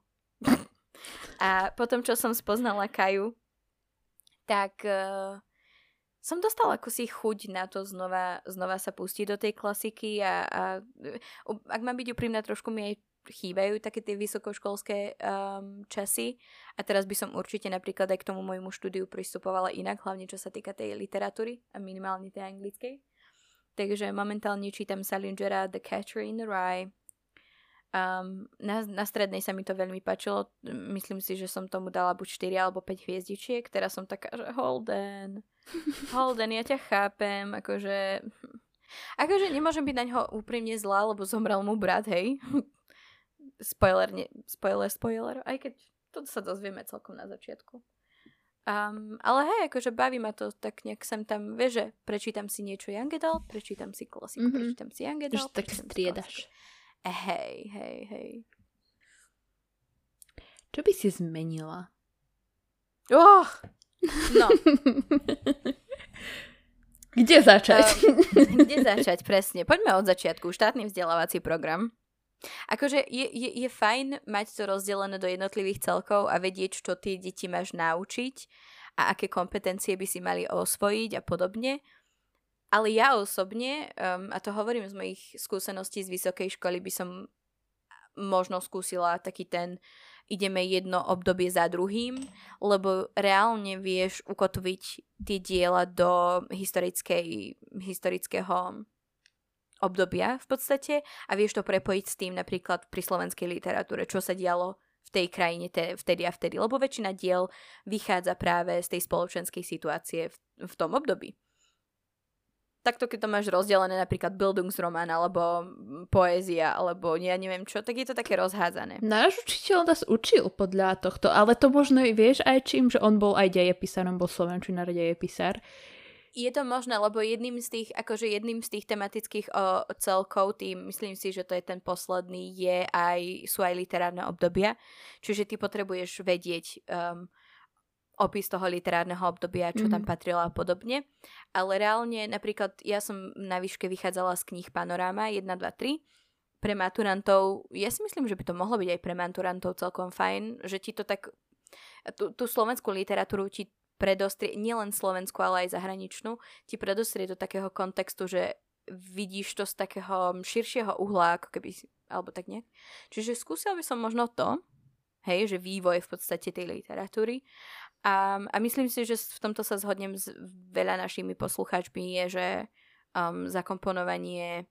a potom, čo som spoznala Kaju, tak uh, som dostala akosi chuť na to znova, znova sa pustiť do tej klasiky a, a ak mám byť úprimná, trošku mi aj chýbajú také tie vysokoškolské um, časy a teraz by som určite napríklad aj k tomu môjmu štúdiu pristupovala inak, hlavne čo sa týka tej literatúry a minimálne tej anglickej. Takže momentálne čítam Salingera The Catcher in the Rye. Um, na, na strednej sa mi to veľmi páčilo. Myslím si, že som tomu dala buď štyri alebo päť hviezdičiek. Teraz som taká, že Holden, Holden, ja ťa chápem. Akože, akože nemôžem byť na ňo úprimne zlá, lebo zomrel mu brat, hej. Spoiler, ne, spoiler, spoiler. Aj keď to sa dozvieme celkom na začiatku. Um, ale hej, akože baví ma to tak nejak sem tam, vieš, že prečítam si niečo Young Adult, prečítam si klasiku, mm-hmm. prečítam si Young Adult. Že tak striedaš. Hej, hej, hej. Čo by si zmenila? Oh! No. Kde začať? Um, kde začať, presne. Poďme od začiatku. Štátny vzdelávací program. Akože je, je, je fajn mať to rozdelené do jednotlivých celkov a vedieť, čo tie deti máš naučiť a aké kompetencie by si mali osvojiť a podobne. Ale ja osobne, um, a to hovorím z mojich skúseností z vysokej školy, by som možno skúsila taký ten ideme jedno obdobie za druhým, lebo reálne vieš ukotviť tie diela do historickej, historického obdobia v podstate a vieš to prepojiť s tým napríklad pri slovenskej literatúre, čo sa dialo v tej krajine te, vtedy a vtedy, lebo väčšina diel vychádza práve z tej spoločenskej situácie v, v tom období. Takto, keď to máš rozdelené napríklad Bildungsroman, alebo poézia, alebo ja neviem čo, tak je to také rozhádzané. Náš učiteľ nás učil podľa tohto, ale to možno vieš aj čím, že on bol aj dejepisár, on bol slovenčinár, dejepisár, Je to možné, lebo jedným z tých, akože jedným z tých tematických o, celkov, tým, myslím si, že to je ten posledný, je aj, sú aj literárne obdobia. Čiže ty potrebuješ vedieť um, opis toho literárneho obdobia, čo mm-hmm. tam patrilo a podobne. Ale reálne, napríklad, ja som na výške vychádzala z kníh Panoráma jedna, dva, tri. Pre maturantov, ja si myslím, že by to mohlo byť aj pre maturantov celkom fajn, že ti to tak, tú, tú slovenskú literatúru ti predostrie, nielen slovenskú, ale aj zahraničnú, ti predostrie do takého kontextu, že vidíš to z takého širšieho uhla, ako keby, alebo tak nejak. Čiže skúsil by som možno to, hej, že vývoj v podstate tej literatúry. A, a myslím si, že v tomto sa zhodnem s veľa našimi poslucháčmi, je, že um, zakomponovanie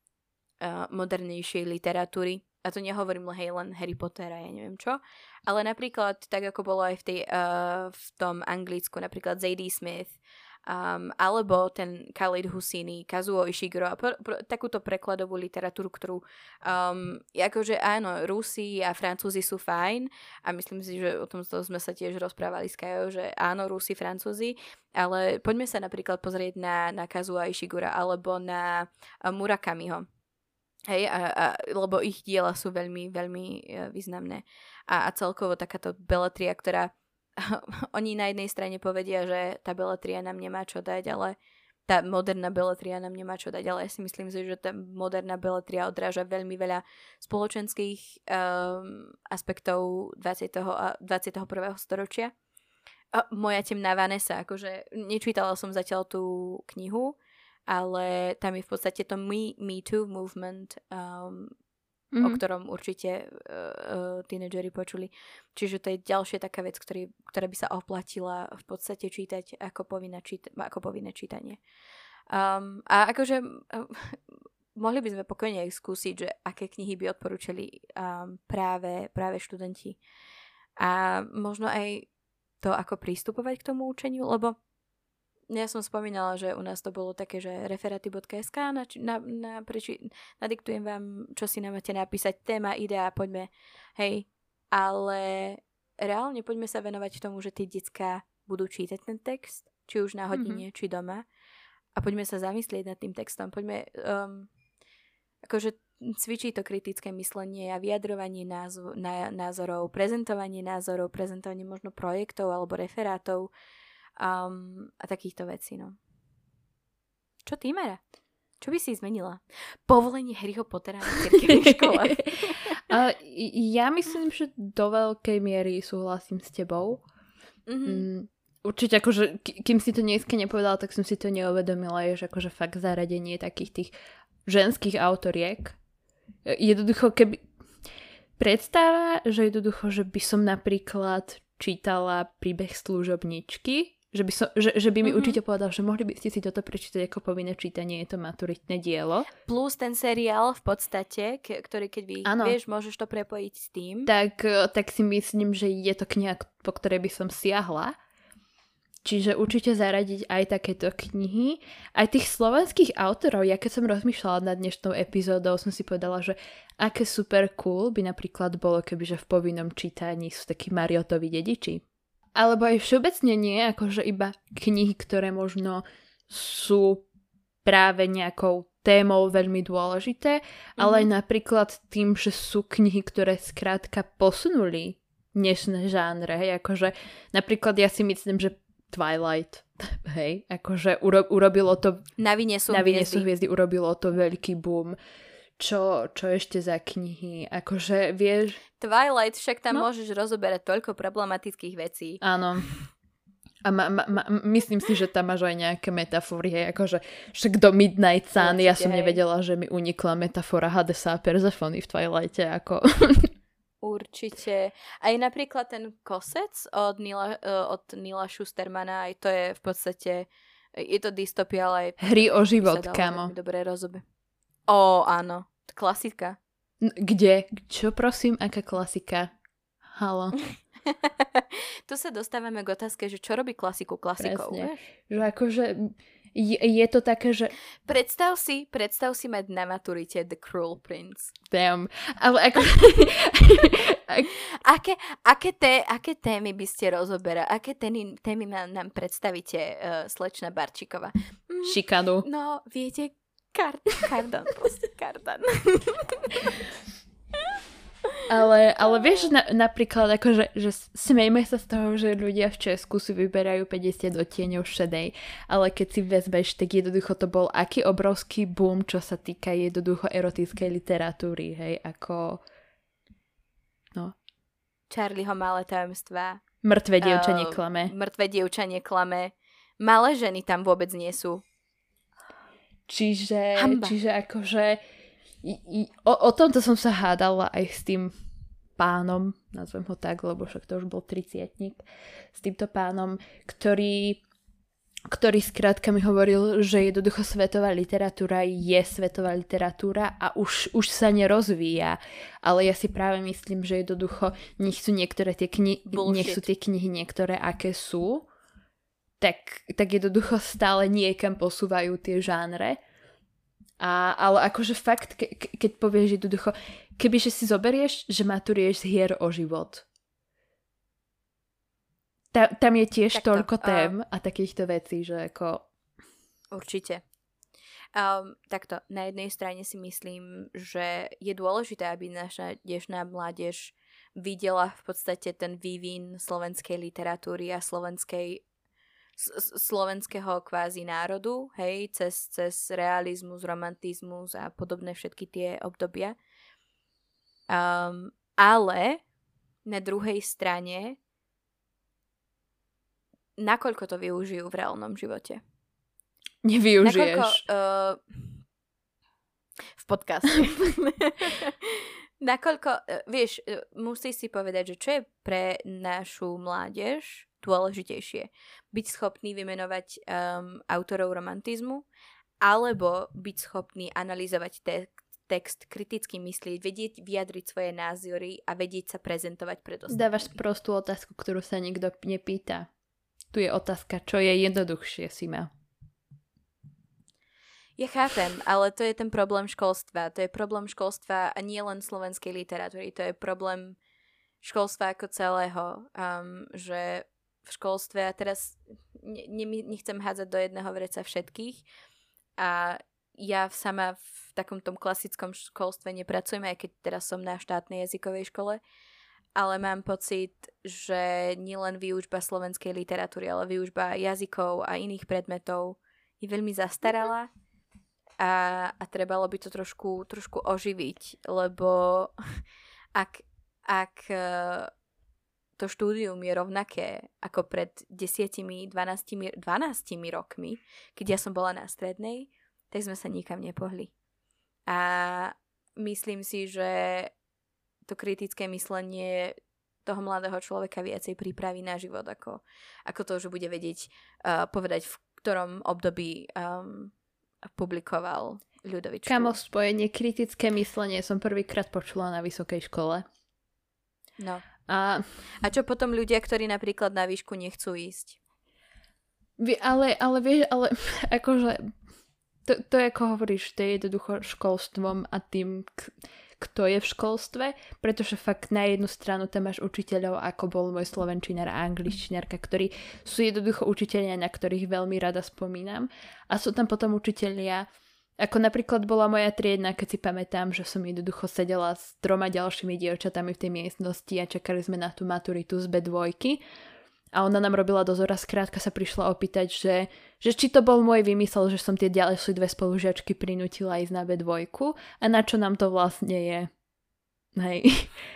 uh, modernejšej literatúry, a to nehovorím hej, len Harry Potter a ja neviem čo, ale napríklad tak ako bolo aj v, tej, uh, v tom Anglicku, napríklad Zadie Smith, um, alebo ten Khalid Hosseini, Kazuo Ishiguro a pro, pro, takúto prekladovú literatúru, ktorú um, akože áno, Rusi a Francúzi sú fajn a myslím si, že o tom sme sa tiež rozprávali s Kajou, že áno, Rusi, Francúzi, ale poďme sa napríklad pozrieť na, na Kazuo Ishigura alebo na uh, Murakamiho. Hej, a, a, lebo ich diela sú veľmi, veľmi uh, významné. A, a celkovo takáto beletria, ktorá oni na jednej strane povedia, že tá beletria nám nemá čo dať, ale tá moderná beletria nám nemá čo dať, ale ja si myslím, že tá moderná beletria odráža veľmi veľa spoločenských um, aspektov dvadsiateho a dvadsiateho prvého storočia. A moja temná Vanessa, akože nečítala som zatiaľ tú knihu, ale tam je v podstate to Me, Me Too movement, um, mm-hmm. o ktorom určite uh, uh, tínedžeri počuli. Čiže to je ďalšia taká vec, ktorý, ktorá by sa oplatila v podstate čítať ako povinné, čít- ako povinné čítanie. Um, a akože uh, mohli by sme pokojne aj skúsiť, že aké knihy by odporúčali um, práve, práve študenti. A možno aj to, ako pristupovať k tomu učeniu, lebo ja som spomínala, že u nás to bolo také, že referáty bodka es ká, na, na, na, preči, nadiktujem vám, čo si nám máte napísať, téma, idea, poďme, hej, ale reálne poďme sa venovať tomu, že tie decká budú čítať ten text, či už na hodine, mm-hmm. či doma, a poďme sa zamyslieť nad tým textom, poďme, um, akože cvičí to kritické myslenie a vyjadrovanie názv, na, názorov, prezentovanie názorov, prezentovanie možno projektov alebo referátov, Um, a takýchto vecí, no. Čo ty, Mara? Čo by si zmenila? Povolenie Harryho Pottera na cirkevnej škole. uh, ja myslím, že do veľkej miery súhlasím s tebou. Mm-hmm. Um, určite akože, kým si to dneska nepovedala, tak som si to neuvedomila, je, že akože fakt zaradenie takých tých ženských autoriek. Jednoducho, keby... Predstava, že jednoducho, že by som napríklad čítala príbeh služobničky, že by, som, že, že by mi mm-hmm. určite povedal, že mohli by ste si toto prečítať ako povinné čítanie, je to maturitné dielo. Plus ten seriál v podstate, ke, ktorý keď vy, vieš, môžeš to prepojiť s tým. Tak, tak si myslím, že je to kniha, po ktorej by som siahla. Čiže určite zaradiť aj takéto knihy. Aj tých slovenských autorov, ja keď som rozmýšľala nad dnešnou epizódou, som si povedala, že aké super cool by napríklad bolo, kebyže v povinnom čítaní sú takí Mariotovi dediči. Alebo aj všeobecne nie, akože iba knihy, ktoré možno sú práve nejakou témou veľmi dôležité, mm-hmm. ale aj napríklad tým, že sú knihy, ktoré skrátka posunuli dnešné žánre. Hej, akože napríklad ja si myslím, že Twilight, hej, akože uro- urobilo to... Na vine sú na vine hviezdy. sú hviezdy, urobilo to veľký boom. Čo, čo ešte za knihy? Akože, vieš... Twilight, však tam no? môžeš rozoberať toľko problematických vecí. Áno. A ma, ma, ma, myslím si, že tam máš aj nejaké metafory, hej, akože však do Midnight Sun, určite, ja som hej. nevedela, že mi unikla metafora Hadesa a Persefony v Twilighte, ako... Určite. Aj napríklad ten Kosec od Nila, od Nila Schustermana, aj to je v podstate, je to dystopia, ale aj... Hry o život, kamo. Dobré rozobe. Ó, áno. Klasika. Kde? Čo prosím? Aká klasika? Halo. Tu sa dostávame k otázke, že čo robí klasiku klasikou. Presne. Že akože je, je to také, že... Predstav si, predstav si mať na maturite The Cruel Prince. Damn. Ale ako... aké, aké, té, aké témy by ste rozoberali? Aké témy, témy nám, nám predstavíte, uh, slečna Barčíková? Mm, Šikanu. No, viete, kard, kardan, proste kardan. Ale, ale vieš, na, napríklad, akože, že smejme sa z toho, že ľudia v Česku si vyberajú päťdesiat odtieňov šedej, ale keď si vezmeš, tak jednoducho to bol aký obrovský boom, čo sa týka jednoducho erotickej literatúry, hej, ako... No. Charlieho malé tajomstvá. Mŕtve dievča neklame. Uh, mŕtve dievča neklame. Malé ženy tam vôbec nie sú. Čiže, čiže akože... O, o tomto som sa hádala aj s tým pánom, nazvem ho tak, lebo však to už bol tridsiatnik, s týmto pánom, ktorý, ktorý skrátka mi hovoril, že jednoducho svetová literatúra je svetová literatúra a už, už sa nerozvíja. Ale ja si práve myslím, že jednoducho nech sú niektoré tie knihy, nech sú tie knihy niektoré, aké sú, tak, tak jednoducho stále niekam posúvajú tie žánre. A, ale akože fakt, ke, ke, keď povieš jednoducho, kebyže si zoberieš, že maturuješ z hier o život. Ta, tam je tiež takto, toľko tém uh, a takýchto vecí, že ako... Určite. Um, takto, na jednej strane si myslím, že je dôležité, aby naša dnešná mládež videla v podstate ten vývin slovenskej literatúry a slovenskej slovenského kvázi národu, hej, cez, cez realizmus, romantizmus a podobné všetky tie obdobia. Um, ale na druhej strane nakoľko to využijú v reálnom živote? Nevyužiješ. Nakoľko, uh, v podcaste. Nakoľko, uh, vieš, uh, musíš si povedať, že čo je pre našu mládež dôležitejšie. Byť schopný vymenovať um, autorov romantizmu alebo byť schopný analyzovať te- text, kriticky myslieť, vedieť vyjadriť svoje názory a vedieť sa prezentovať pred ostatnými. Dávaš prostú otázku, ktorú sa nikto nepýta. Tu je otázka, čo je jednoduchšie, Sima. Ja chápem, ale to je ten problém školstva. To je problém školstva a nie len slovenskej literatúry. To je problém školstva ako celého. Um, že v školstve, a teraz ne, ne, nechcem hádzať do jedného vreca všetkých a ja sama v takom tom klasickom školstve nepracujem, aj keď teraz som na štátnej jazykovej škole, ale mám pocit, že nielen výučba slovenskej literatúry, ale výučba jazykov a iných predmetov je veľmi zastaralá a, a trebalo by to trošku, trošku oživiť, lebo ak, ak to štúdium je rovnaké ako pred desiatimi, dvanástimi, dvanástimi rokmi, keď ja som bola na strednej, tak sme sa nikam nepohli. A myslím si, že to kritické myslenie toho mladého človeka viacej pripraví na život, ako, ako to, že bude vedieť uh, povedať, v ktorom období um, publikoval Ľudovič. Kamo, spojenie kritické myslenie som prvýkrát počula na vysokej škole. No. A, a čo potom ľudia, ktorí napríklad na výšku nechcú ísť? Ale, ale vieš, ale akože to, to je, ako hovoríš, to je jednoducho školstvom a tým, k, kto je v školstve, pretože fakt na jednu stranu tam máš učiteľov, ako bol môj slovenčinár a angličtinárka, ktorí sú jednoducho učitelia, na ktorých veľmi rada spomínam. A sú tam potom učitelia, ako napríklad bola moja triedna, keď si pamätám, že som jednoducho sedela s troma ďalšími dievčatami v tej miestnosti a čakali sme na tú maturitu z bé dva a ona nám robila dozor a skrátka sa prišla opýtať, že, že či to bol môj vymysel, že som tie ďalšie dve spolužiačky prinútila ísť na bé dva a na čo nám to vlastne je. Hej.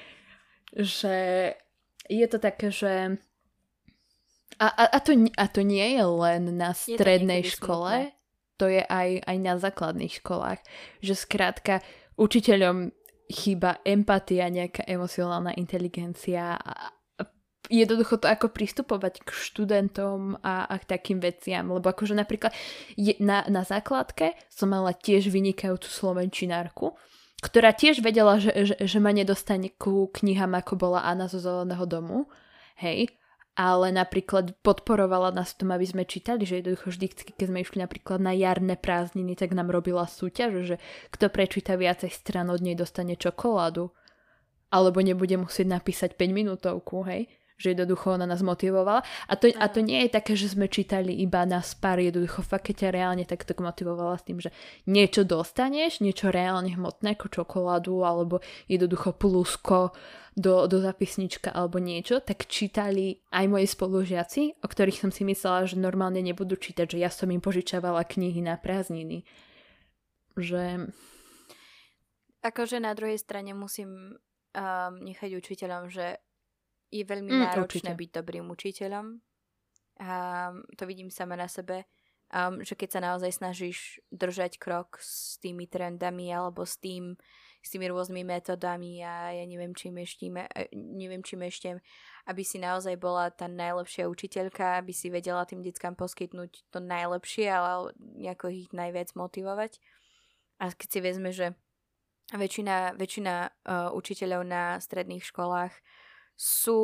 Že je to také, že a, a, a, to, a to nie je len na strednej škole, smutné. To je aj, aj na základných školách, že skrátka učiteľom chýba empatia, nejaká emocionálna inteligencia a jednoducho to ako pristupovať k študentom a, a k takým veciam, lebo akože napríklad je, na, na základke som mala tiež vynikajúcu slovenčinárku, ktorá tiež vedela, že, že, že ma nedostane ku knihám, ako bola Anna zo Zeleného domu, hej, ale napríklad podporovala nás v tom, aby sme čítali, že jednoducho vždy, keď sme išli napríklad na jarné prázdniny, tak nám robila súťaž, že kto prečíta viacej strán od nej dostane čokoládu. alebo nebude musieť napísať päť minútovku, hej, že jednoducho ona nás motivovala. A to, a to nie je také, že sme čítali iba na spár, jednoducho fakt, keď ťa reálne takto motivovala s tým, že niečo dostaneš, niečo reálne hmotné, ako čokoládu, alebo jednoducho plusko do, do zapisnička, alebo niečo, tak čítali aj moji spolužiaci, o ktorých som si myslela, že normálne nebudú čítať, že ja som im požičavala knihy na prázdniny. Že... Akože na druhej strane musím um, nechať učiteľom, že je veľmi Mm, náročné určite. byť dobrým učiteľom. A to vidím sama na sebe, um, že keď sa naozaj snažíš držať krok s tými trendami alebo s tým, s tými rôznymi metodami a ja neviem čím ešte, neviem čím ešte, aby si naozaj bola tá najlepšia učiteľka, aby si vedela tým deckám poskytnúť to najlepšie, ale nejako ich najviac motivovať. A keď si vezme, že väčšina, väčšina uh, učiteľov na stredných školách sú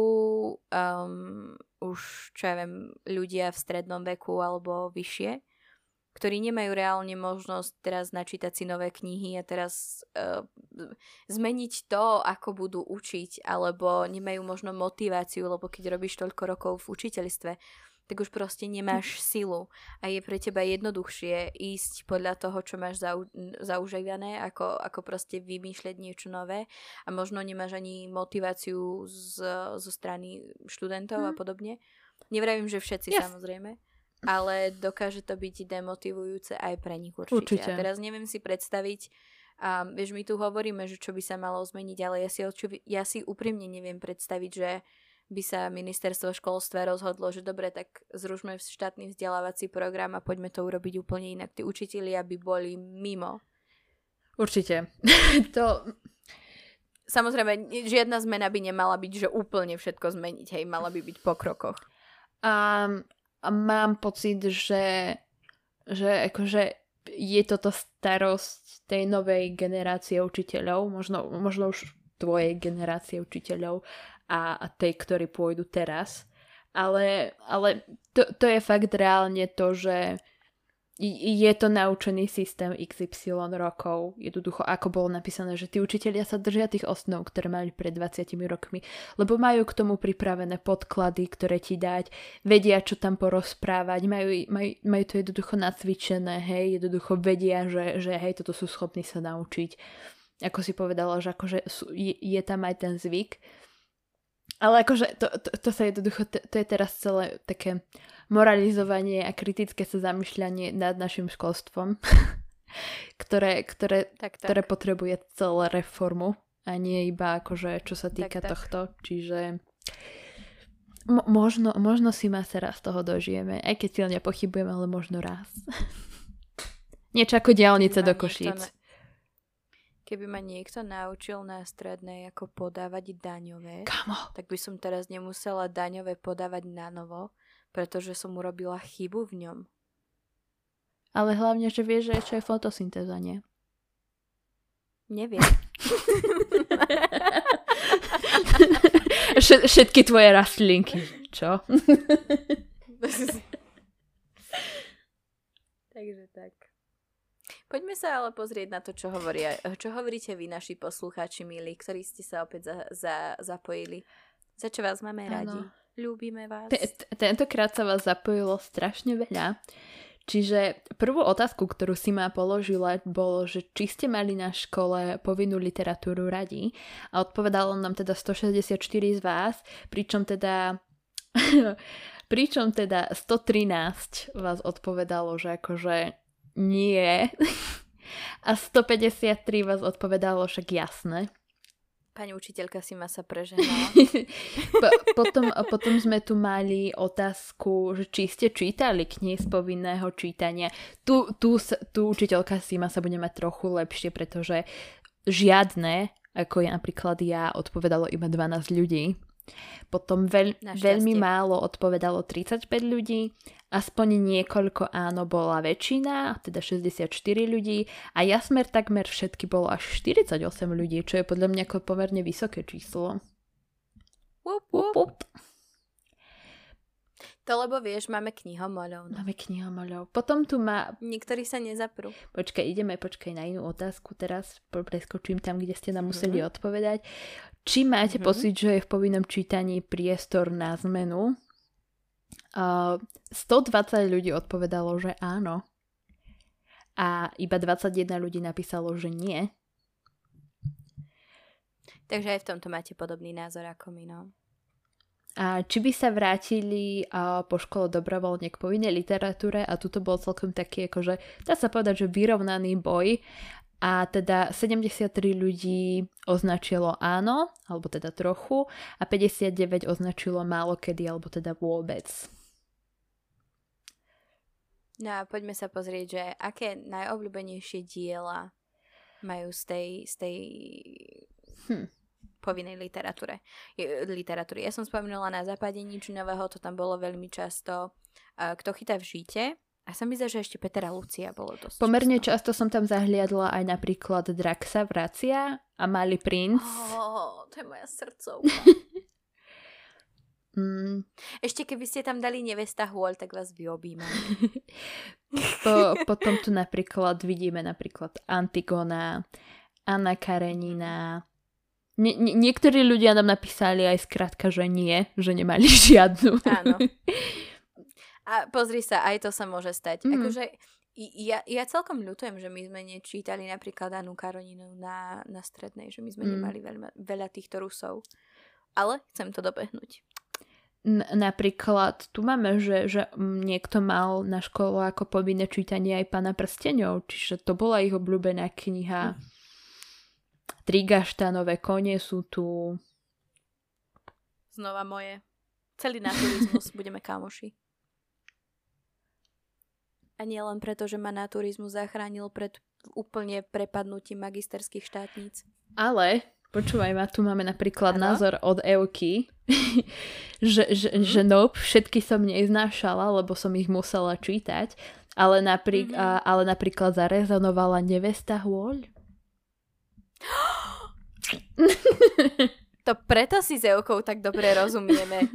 um, už, čo ja viem, ľudia v strednom veku alebo vyššie, ktorí nemajú reálne možnosť teraz načítať si nové knihy a teraz uh, zmeniť to, ako budú učiť, alebo nemajú možno motiváciu, lebo keď robíš toľko rokov v učiteľstve, tak už proste nemáš silu a je pre teba jednoduchšie ísť podľa toho, čo máš zau, zaužívané, ako, ako proste vymýšľať niečo nové a možno nemáš ani motiváciu z, zo strany študentov mm. a podobne. Nevravím, že všetci yes. samozrejme, ale dokáže to byť demotivujúce aj pre nich určite. určite. A teraz neviem si predstaviť, a vieš, my tu hovoríme, že čo by sa malo zmeniť, ale ja si, ja si úprimne neviem predstaviť, že by sa ministerstvo školstva rozhodlo, že dobre, tak zrušme štátny vzdelávací program a poďme to urobiť úplne inak. Tí učitelia by boli mimo. Určite. to... Samozrejme, žiadna zmena by nemala byť, že úplne všetko zmeniť, hej, mala by byť po krokoch. A, a mám pocit, že, že akože je toto starosť tej novej generácie učiteľov, možno, možno už tvojej generácie učiteľov, a, a tej, ktorí pôjdu teraz. Ale, ale to, to je fakt reálne to, že je to naučený systém iks ypsilon rokov. Jednoducho, ako bolo napísané, že tí učitelia sa držia tých osnov, ktoré mali pred dvadsiatimi rokmi, lebo majú k tomu pripravené podklady, ktoré ti dať, vedia, čo tam porozprávať, majú, majú, majú to jednoducho nacvičené, hej, jednoducho vedia, že, že hej, toto sú schopní sa naučiť. Ako si povedala, že akože sú, je, je tam aj ten zvyk. Ale akože to, to, to sa jednoducho, to, to je teraz celé také moralizovanie a kritické sa zamýšľanie nad našim školstvom, ktoré, ktoré, tak, tak. ktoré potrebuje celé reformu a nie iba akože čo sa týka tak, tohto. Tak. Čiže mo- možno, možno si ma sa raz toho dožijeme, aj keď silne pochybujem, ale možno raz. Niečo ako diaľnice do Košíc. Keby ma niekto naučil na strednej, ako podávať daňové, Kamo. tak by som teraz nemusela daňové podávať na novo, pretože som urobila chybu v ňom. Ale hlavne, že vieš, že čo je fotosyntéza, nie? Neviem. Všetky tvoje rastlinky, čo? Takže tak. Poďme sa ale pozrieť na to, čo hovoria. Čo hovoríte vy, naši poslucháči milí, ktorí ste sa opäť za, za, zapojili? Za čo vás máme radi? Ľúbime vás. T- tentokrát sa vás zapojilo strašne veľa. Čiže prvú otázku, ktorú si ma položila, bolo, že či ste mali na škole povinnú literatúru radi. A odpovedalo nám teda stošesťdesiatštyri z vás, pričom teda... pričom teda stotrinásť vás odpovedalo, že akože nie. A stopäťdesiattri vás odpovedalo však jasné. Pani učiteľka si ma sa prežehnala. po- potom, potom sme tu mali otázku, že či ste čítali knihy z povinného čítania. Tu, tu, tu učiteľka si ma sa bude mať trochu lepšie, pretože žiadne, ako je napríklad ja, odpovedalo iba dvanásť ľudí. Potom veľ, veľmi málo odpovedalo tridsaťpäť ľudí, aspoň niekoľko áno bola väčšina, teda šesťdesiatštyri ľudí a jasmer takmer všetky bolo až štyridsaťosem ľudí, čo je podľa mňa ako pomerne vysoké číslo. Wup, wup. Wup. To lebo vieš, máme knihomolov. No. Máme knihomolov. Potom tu má... Niektorí sa nezaprú. Počkaj, ideme, počkaj na inú otázku teraz. Preskočím tam, kde ste nám museli mm-hmm. odpovedať. Či máte Mhm. pocit, že je v povinnom čítaní priestor na zmenu? Uh, stodvadsať ľudí odpovedalo, že áno. A iba dvadsaťjeden ľudí napísalo, že nie. Takže aj v tomto máte podobný názor ako my, no. A či by sa vrátili uh, po škole dobrovoľne k povinnej literatúre, a tuto bol celkom taký, akože dá sa povedať, že vyrovnaný boj, a teda sedemdesiattri ľudí označilo áno, alebo teda trochu, a päťdesiatdeväť označilo málo kedy, alebo teda vôbec. No a poďme sa pozrieť, že aké najobľúbenejšie diela majú z tej, z tej Hm. povinnej literatúre. literatúry. Ja som spomínala Na západe nič nového, to tam bolo veľmi často. Kto chytá v žite? A sa mi zdá, že ešte Peter a Lucia bolo dosť Pomerne často. často som tam zahliadla aj napríklad Drak sa vracia a Malý princ. Oh, to je moja srdcovka. mm. Ešte keby ste tam dali Nevesta hôľ, tak vás vyobímam. po, potom tu napríklad vidíme napríklad Antigona, Anna Karenina. Nie, nie, niektorí ľudia nám napísali aj skrátka, že nie, že nemali žiadnu. Áno. A pozri sa, aj to sa môže stať. Mm. Akože ja, ja celkom ľutujem, že my sme nečítali napríklad Annu Kareninu na, na strednej, že my sme mm. nemali veľa, veľa týchto Rusov. Ale chcem to dobehnúť. N- napríklad tu máme, že, že niekto mal na škole ako povinné čítanie aj Pána prsteňov, čiže to bola ich obľúbená kniha. Mm. Tri gaštanové kone sú tu. Znova moje. Celý naturizmus, budeme kamoši. A nie len preto, že ma naturizmus zachránil pred úplne prepadnutím magisterských štátnic. Ale, počúvaj ma, tu máme napríklad ano? názor od Evky, že, že, mm. že nope, všetky som neznášala, lebo som ich musela čítať, ale, naprík- mm-hmm. a, ale napríklad zarezonovala Nevesta hôľ. To preto si s Evkou tak dobre rozumieme.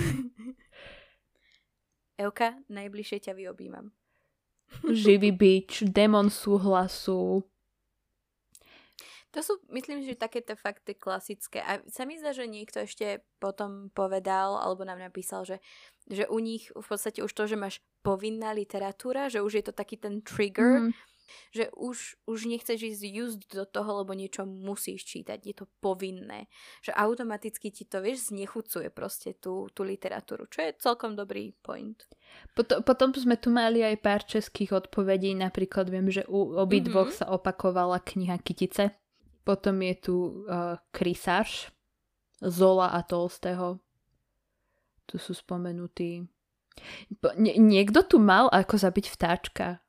Evka, najbližšie ťa vyobímam. Živý bič, Démon súhlasu. To sú, myslím, že takéto fakty klasické. A sa mi zdá, že niekto ešte potom povedal, alebo nám napísal, že, že u nich v podstate už to, že máš povinná literatúra, že už je to taký ten trigger, mm. že už, už nechceš ísť just do toho, lebo niečo musíš čítať. Je to povinné. Že automaticky ti to, vieš, znechucuje proste tú, tú literatúru, čo je celkom dobrý point. Potom, potom sme tu mali aj pár českých odpovedí. Napríklad viem, že u obidvoch mm-hmm. sa opakovala kniha Kytice. Potom je tu uh, Krysář, Zola a Tolstého. Tu sú spomenutí. Nie, niekto tu mal Ako zabiť vtáčka.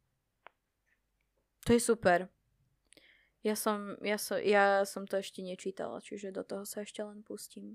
To je super. Ja som, ja, som, ja som to ešte nečítala, čiže do toho sa ešte len pustím.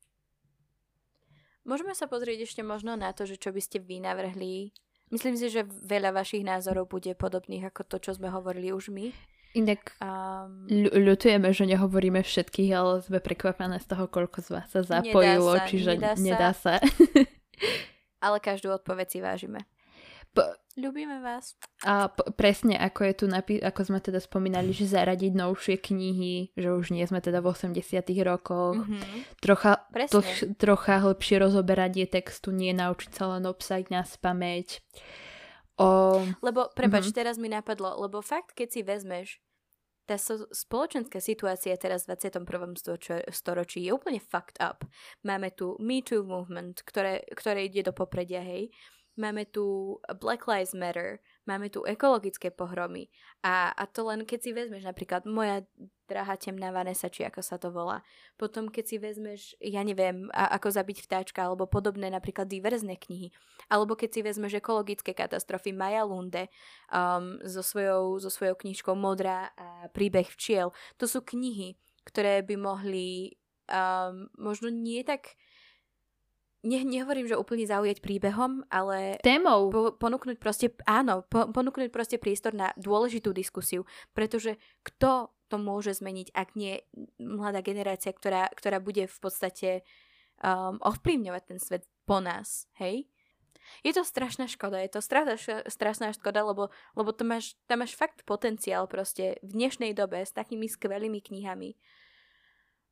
Môžeme sa pozrieť ešte možno na to, že čo by ste vy navrhli. Myslím si, že veľa vašich názorov bude podobných ako to, čo sme hovorili už my. Inak um, ľutujeme, že nehovoríme všetkých, ale sme prekvapené z toho, koľko z vás sa zapojilo, nedá sa, čiže nedá sa. nedá sa. Ale každú odpoveď si vážime. Po, Ľubíme vás. A po, presne ako je tu napí- ako sme teda spomínali, že zaradiť novšie knihy, že už nie sme teda v osemdesiatych rokoch. Mm-hmm. Trocha, tlh, trocha hlbšie rozoberanie textu, nie naučiť sa len obsať na spamäť. O... Lebo, prepáč, mm-hmm. teraz mi napadlo, lebo fakt, keď si vezmeš, tá so, spoločenská situácia teraz v dvadsiatom prvom storočí je úplne fucked up. Máme tu Me Too movement, ktoré, ktoré ide do popredia, hej. Máme tu Black Lives Matter, máme tu ekologické pohromy a, a to len keď si vezmeš napríklad Moja drahá temná Vanessa, či ako sa to volá. Potom keď si vezmeš, ja neviem, a, Ako zabiť vtáčka alebo podobné napríklad diverzné knihy. Alebo keď si vezmeš ekologické katastrofy Maja Lunde um, so, svojou, so svojou knižkou Modrá a príbeh včiel. To sú knihy, ktoré by mohli um, možno nie tak... Ne, nehovorím, že úplne zaujať príbehom, ale témou po, ponúknuť proste, áno, po, ponúknuť proste priestor na dôležitú diskusiu, pretože kto to môže zmeniť, ak nie mladá generácia, ktorá, ktorá bude v podstate um, ovplyvňovať ten svet po nás, hej? Je to strašná škoda, je to strašná, strašná škoda, lebo, lebo to máš, tam máš fakt potenciál proste v dnešnej dobe s takými skvelými knihami.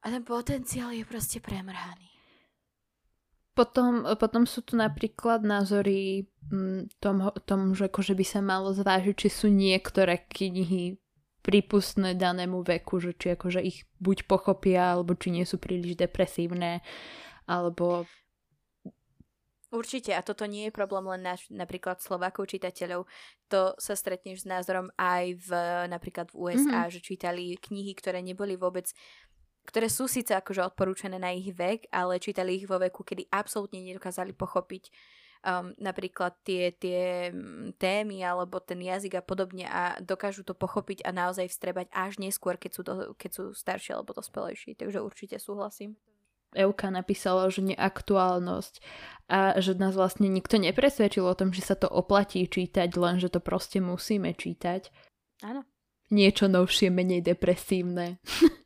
A ten potenciál je proste premrhaný. Potom, potom sú tu napríklad názory tom, tom, že akože by sa malo zvážiť, či sú niektoré knihy prípustné danému veku, že či akože ich buď pochopia, alebo či nie sú príliš depresívne, alebo... Určite, a toto nie je problém len na, napríklad Slovákov čitateľov. To sa stretneš s názorom aj v, napríklad v ú es á, mm-hmm. že čítali knihy, ktoré neboli vôbec... ktoré sú síce akože odporúčané na ich vek, ale čítali ich vo veku, kedy absolútne nedokázali pochopiť um, napríklad tie, tie témy alebo ten jazyk a podobne a dokážu to pochopiť a naozaj vstrebať až neskôr, keď sú, do, keď sú staršie alebo dospelejší. Takže určite súhlasím. Euka napísala, že neaktuálnosť a že nás vlastne nikto nepresvedčil o tom, že sa to oplatí čítať, len že to proste musíme čítať. Áno. Niečo novšie, menej depresívne.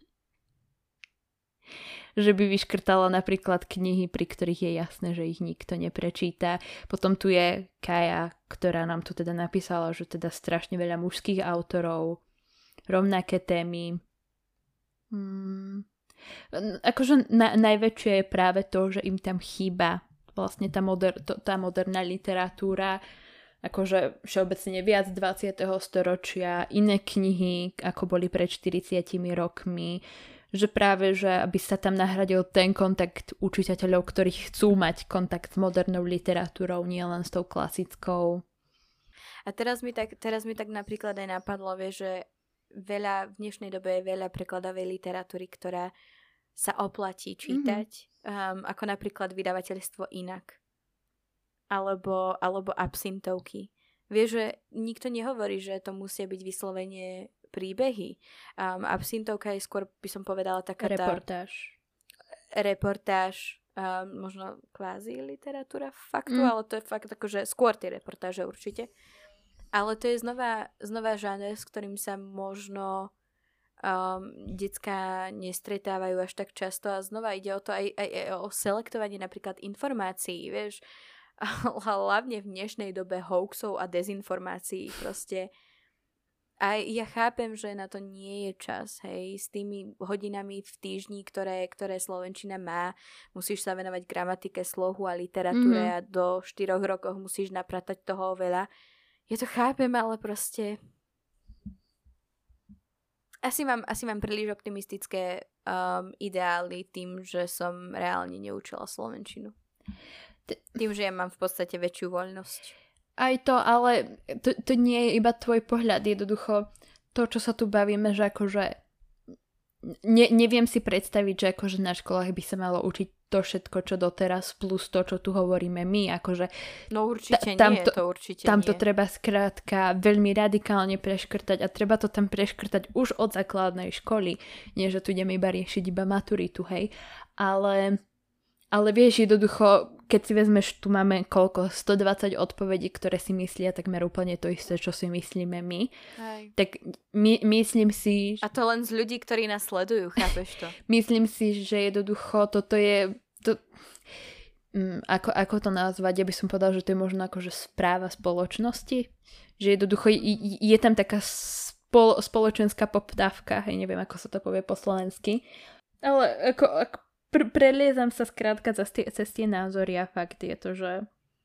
Že by vyškrtala napríklad knihy, pri ktorých je jasné, že ich nikto neprečíta. Potom tu je Kaja, ktorá nám tu teda napísala, že teda strašne veľa mužských autorov, rovnaké témy. Hmm. Akože na, najväčšie je práve to, že im tam chýba vlastne tá, moder, to, tá moderná literatúra, akože všeobecne viac dvadsiateho storočia, iné knihy, ako boli pred štyridsiatimi rokmi, že práve, že aby sa tam nahradil ten kontakt učiteľov, ktorí chcú mať kontakt s modernou literatúrou, nie len s tou klasickou. A teraz mi tak, teraz mi tak napríklad aj napadlo, vie, že veľa, v dnešnej dobe je veľa prekladovej literatúry, ktorá sa oplatí čítať, mm-hmm. um, ako napríklad vydavateľstvo Inak. Alebo, alebo Absintovky. Vieš, že nikto nehovorí, že to musia byť vyslovene príbehy. Um, Absintovka je skôr, by som povedala, taká reportáž. Tá reportáž, um, možno kvázi literatúra faktu, mm. ale to je fakt akože skôr tie reportáže určite. Ale to je znova, znova žáner, s ktorým sa možno um, decká nestretávajú až tak často a znova ide o to aj, aj, aj o selektovanie napríklad informácií, vieš, hlavne v dnešnej dobe hoaxov a dezinformácií proste. A ja chápem, že na to nie je čas, hej, s tými hodinami v týždni, ktoré, ktoré slovenčina má, musíš sa venovať gramatike, slohu a literatúre mm-hmm. a do štyroch rokov musíš napratať toho veľa. Ja to chápem, ale proste asi mám, asi mám príliš optimistické um, ideály tým, že som reálne neučila slovenčinu. Tým, že ja mám v podstate väčšiu voľnosť. Aj to, ale to, to nie je iba tvoj pohľad. Jednoducho to, čo sa tu bavíme, že akože ne, neviem si predstaviť, že akože na školách by sa malo učiť to všetko, čo doteraz, plus to, čo tu hovoríme my. Akože no určite ta, tam nie, to, to určite tam nie. to treba skrátka veľmi radikálne preškrtať a treba to tam preškrtať už od základnej školy. Nie, že tu ideme iba riešiť iba maturitu, hej. Ale... Ale vieš, jednoducho, keď si vezmeš, tu máme koľko, stodvadsať odpovedí, ktoré si myslia takmer úplne to isté, čo si myslíme my. Hej. Tak my, myslím si... A to len z ľudí, ktorí nás sledujú, chápeš to? Myslím si, že jednoducho toto je... To, um, ako, ako to nazvať? Ja by som povedal, že to je možno akože správa spoločnosti. Že jednoducho je, je tam taká spolo, spoločenská poptávka, hej, neviem, ako sa to povie po slovensky. Ale ako... ako Pr- preliezam sa skrátka cez tie, cez tie názory a fakt je to, že...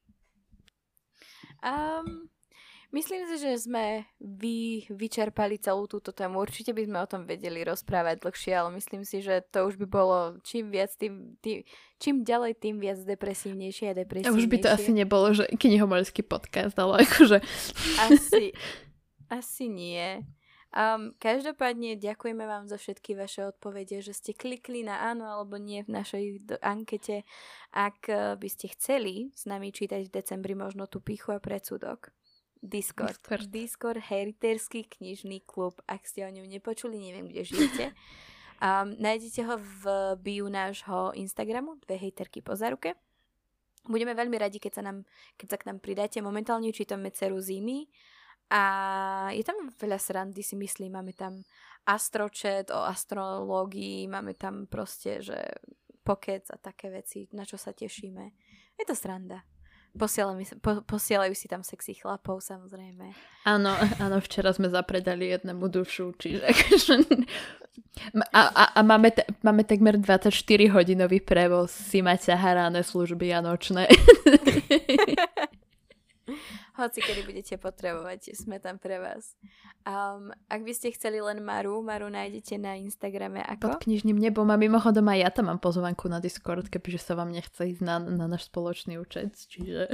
Um, myslím si, že sme vy, vyčerpali celú túto tému. Určite by sme o tom vedeli rozprávať dlhšie, ale myslím si, že to už by bolo čím viac, tým, tým, čím ďalej, tým viac depresívnejšie a depresívnejšie. A už by to asi nebolo, že knihomorský podcast, ale akože... Asi, asi nie. Um, každopádne ďakujeme vám za všetky vaše odpovede, že ste klikli na áno alebo nie v našej do- ankete. Ak uh, by ste chceli s nami čítať v decembri možno tú Pýchu a predsudok. Discord. Discord, Discord hejterský knižný klub. Ak ste o ňom nepočuli, neviem, kde žijete. Um, nájdete ho v bio nášho Instagramu, dve hejterky po záruke. Budeme veľmi radi, keď sa, nám, keď sa k nám pridáte. Momentálne čítame Dceru zimy. A je tam veľa srandy, si myslím, máme tam astrochat o astrológii, máme tam proste, že pokec a také veci, na čo sa tešíme. Je to sranda. Posielajú, po, posielajú si tam sexy chlapov, samozrejme. Áno, áno, včera sme zapredali jednému dušu, čiže... A, a, a máme, t- máme takmer dvadsaťštyri hodinový prevoz, si mať harané služby a nočné. Hoci kedy budete potrebovať, sme tam pre vás. Um, ak by ste chceli len Maru, Maru nájdete na Instagrame ako? Pod knižným nebom a mimochodom aj ja tam mám pozvanku na Discord, kebyže sa vám nechce ísť na, na náš spoločný účet, čiže...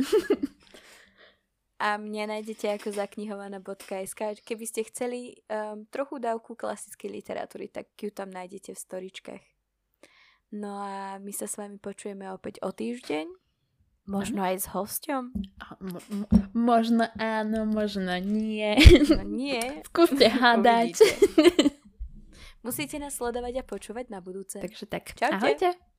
A mňa nájdete ako zaknihovaná bodka es ká. Keby ste chceli um, trochu dávku klasickej literatúry, tak ju tam nájdete v storičkách. No a my sa s vami počujeme opäť o týždeň. Možno aj s hosťom. Mo- mo- možno áno, možno nie. No nie. Skúste hádať. Musíte nás sledovať a počúvať na budúce. Takže tak. Čaute. Ahojte.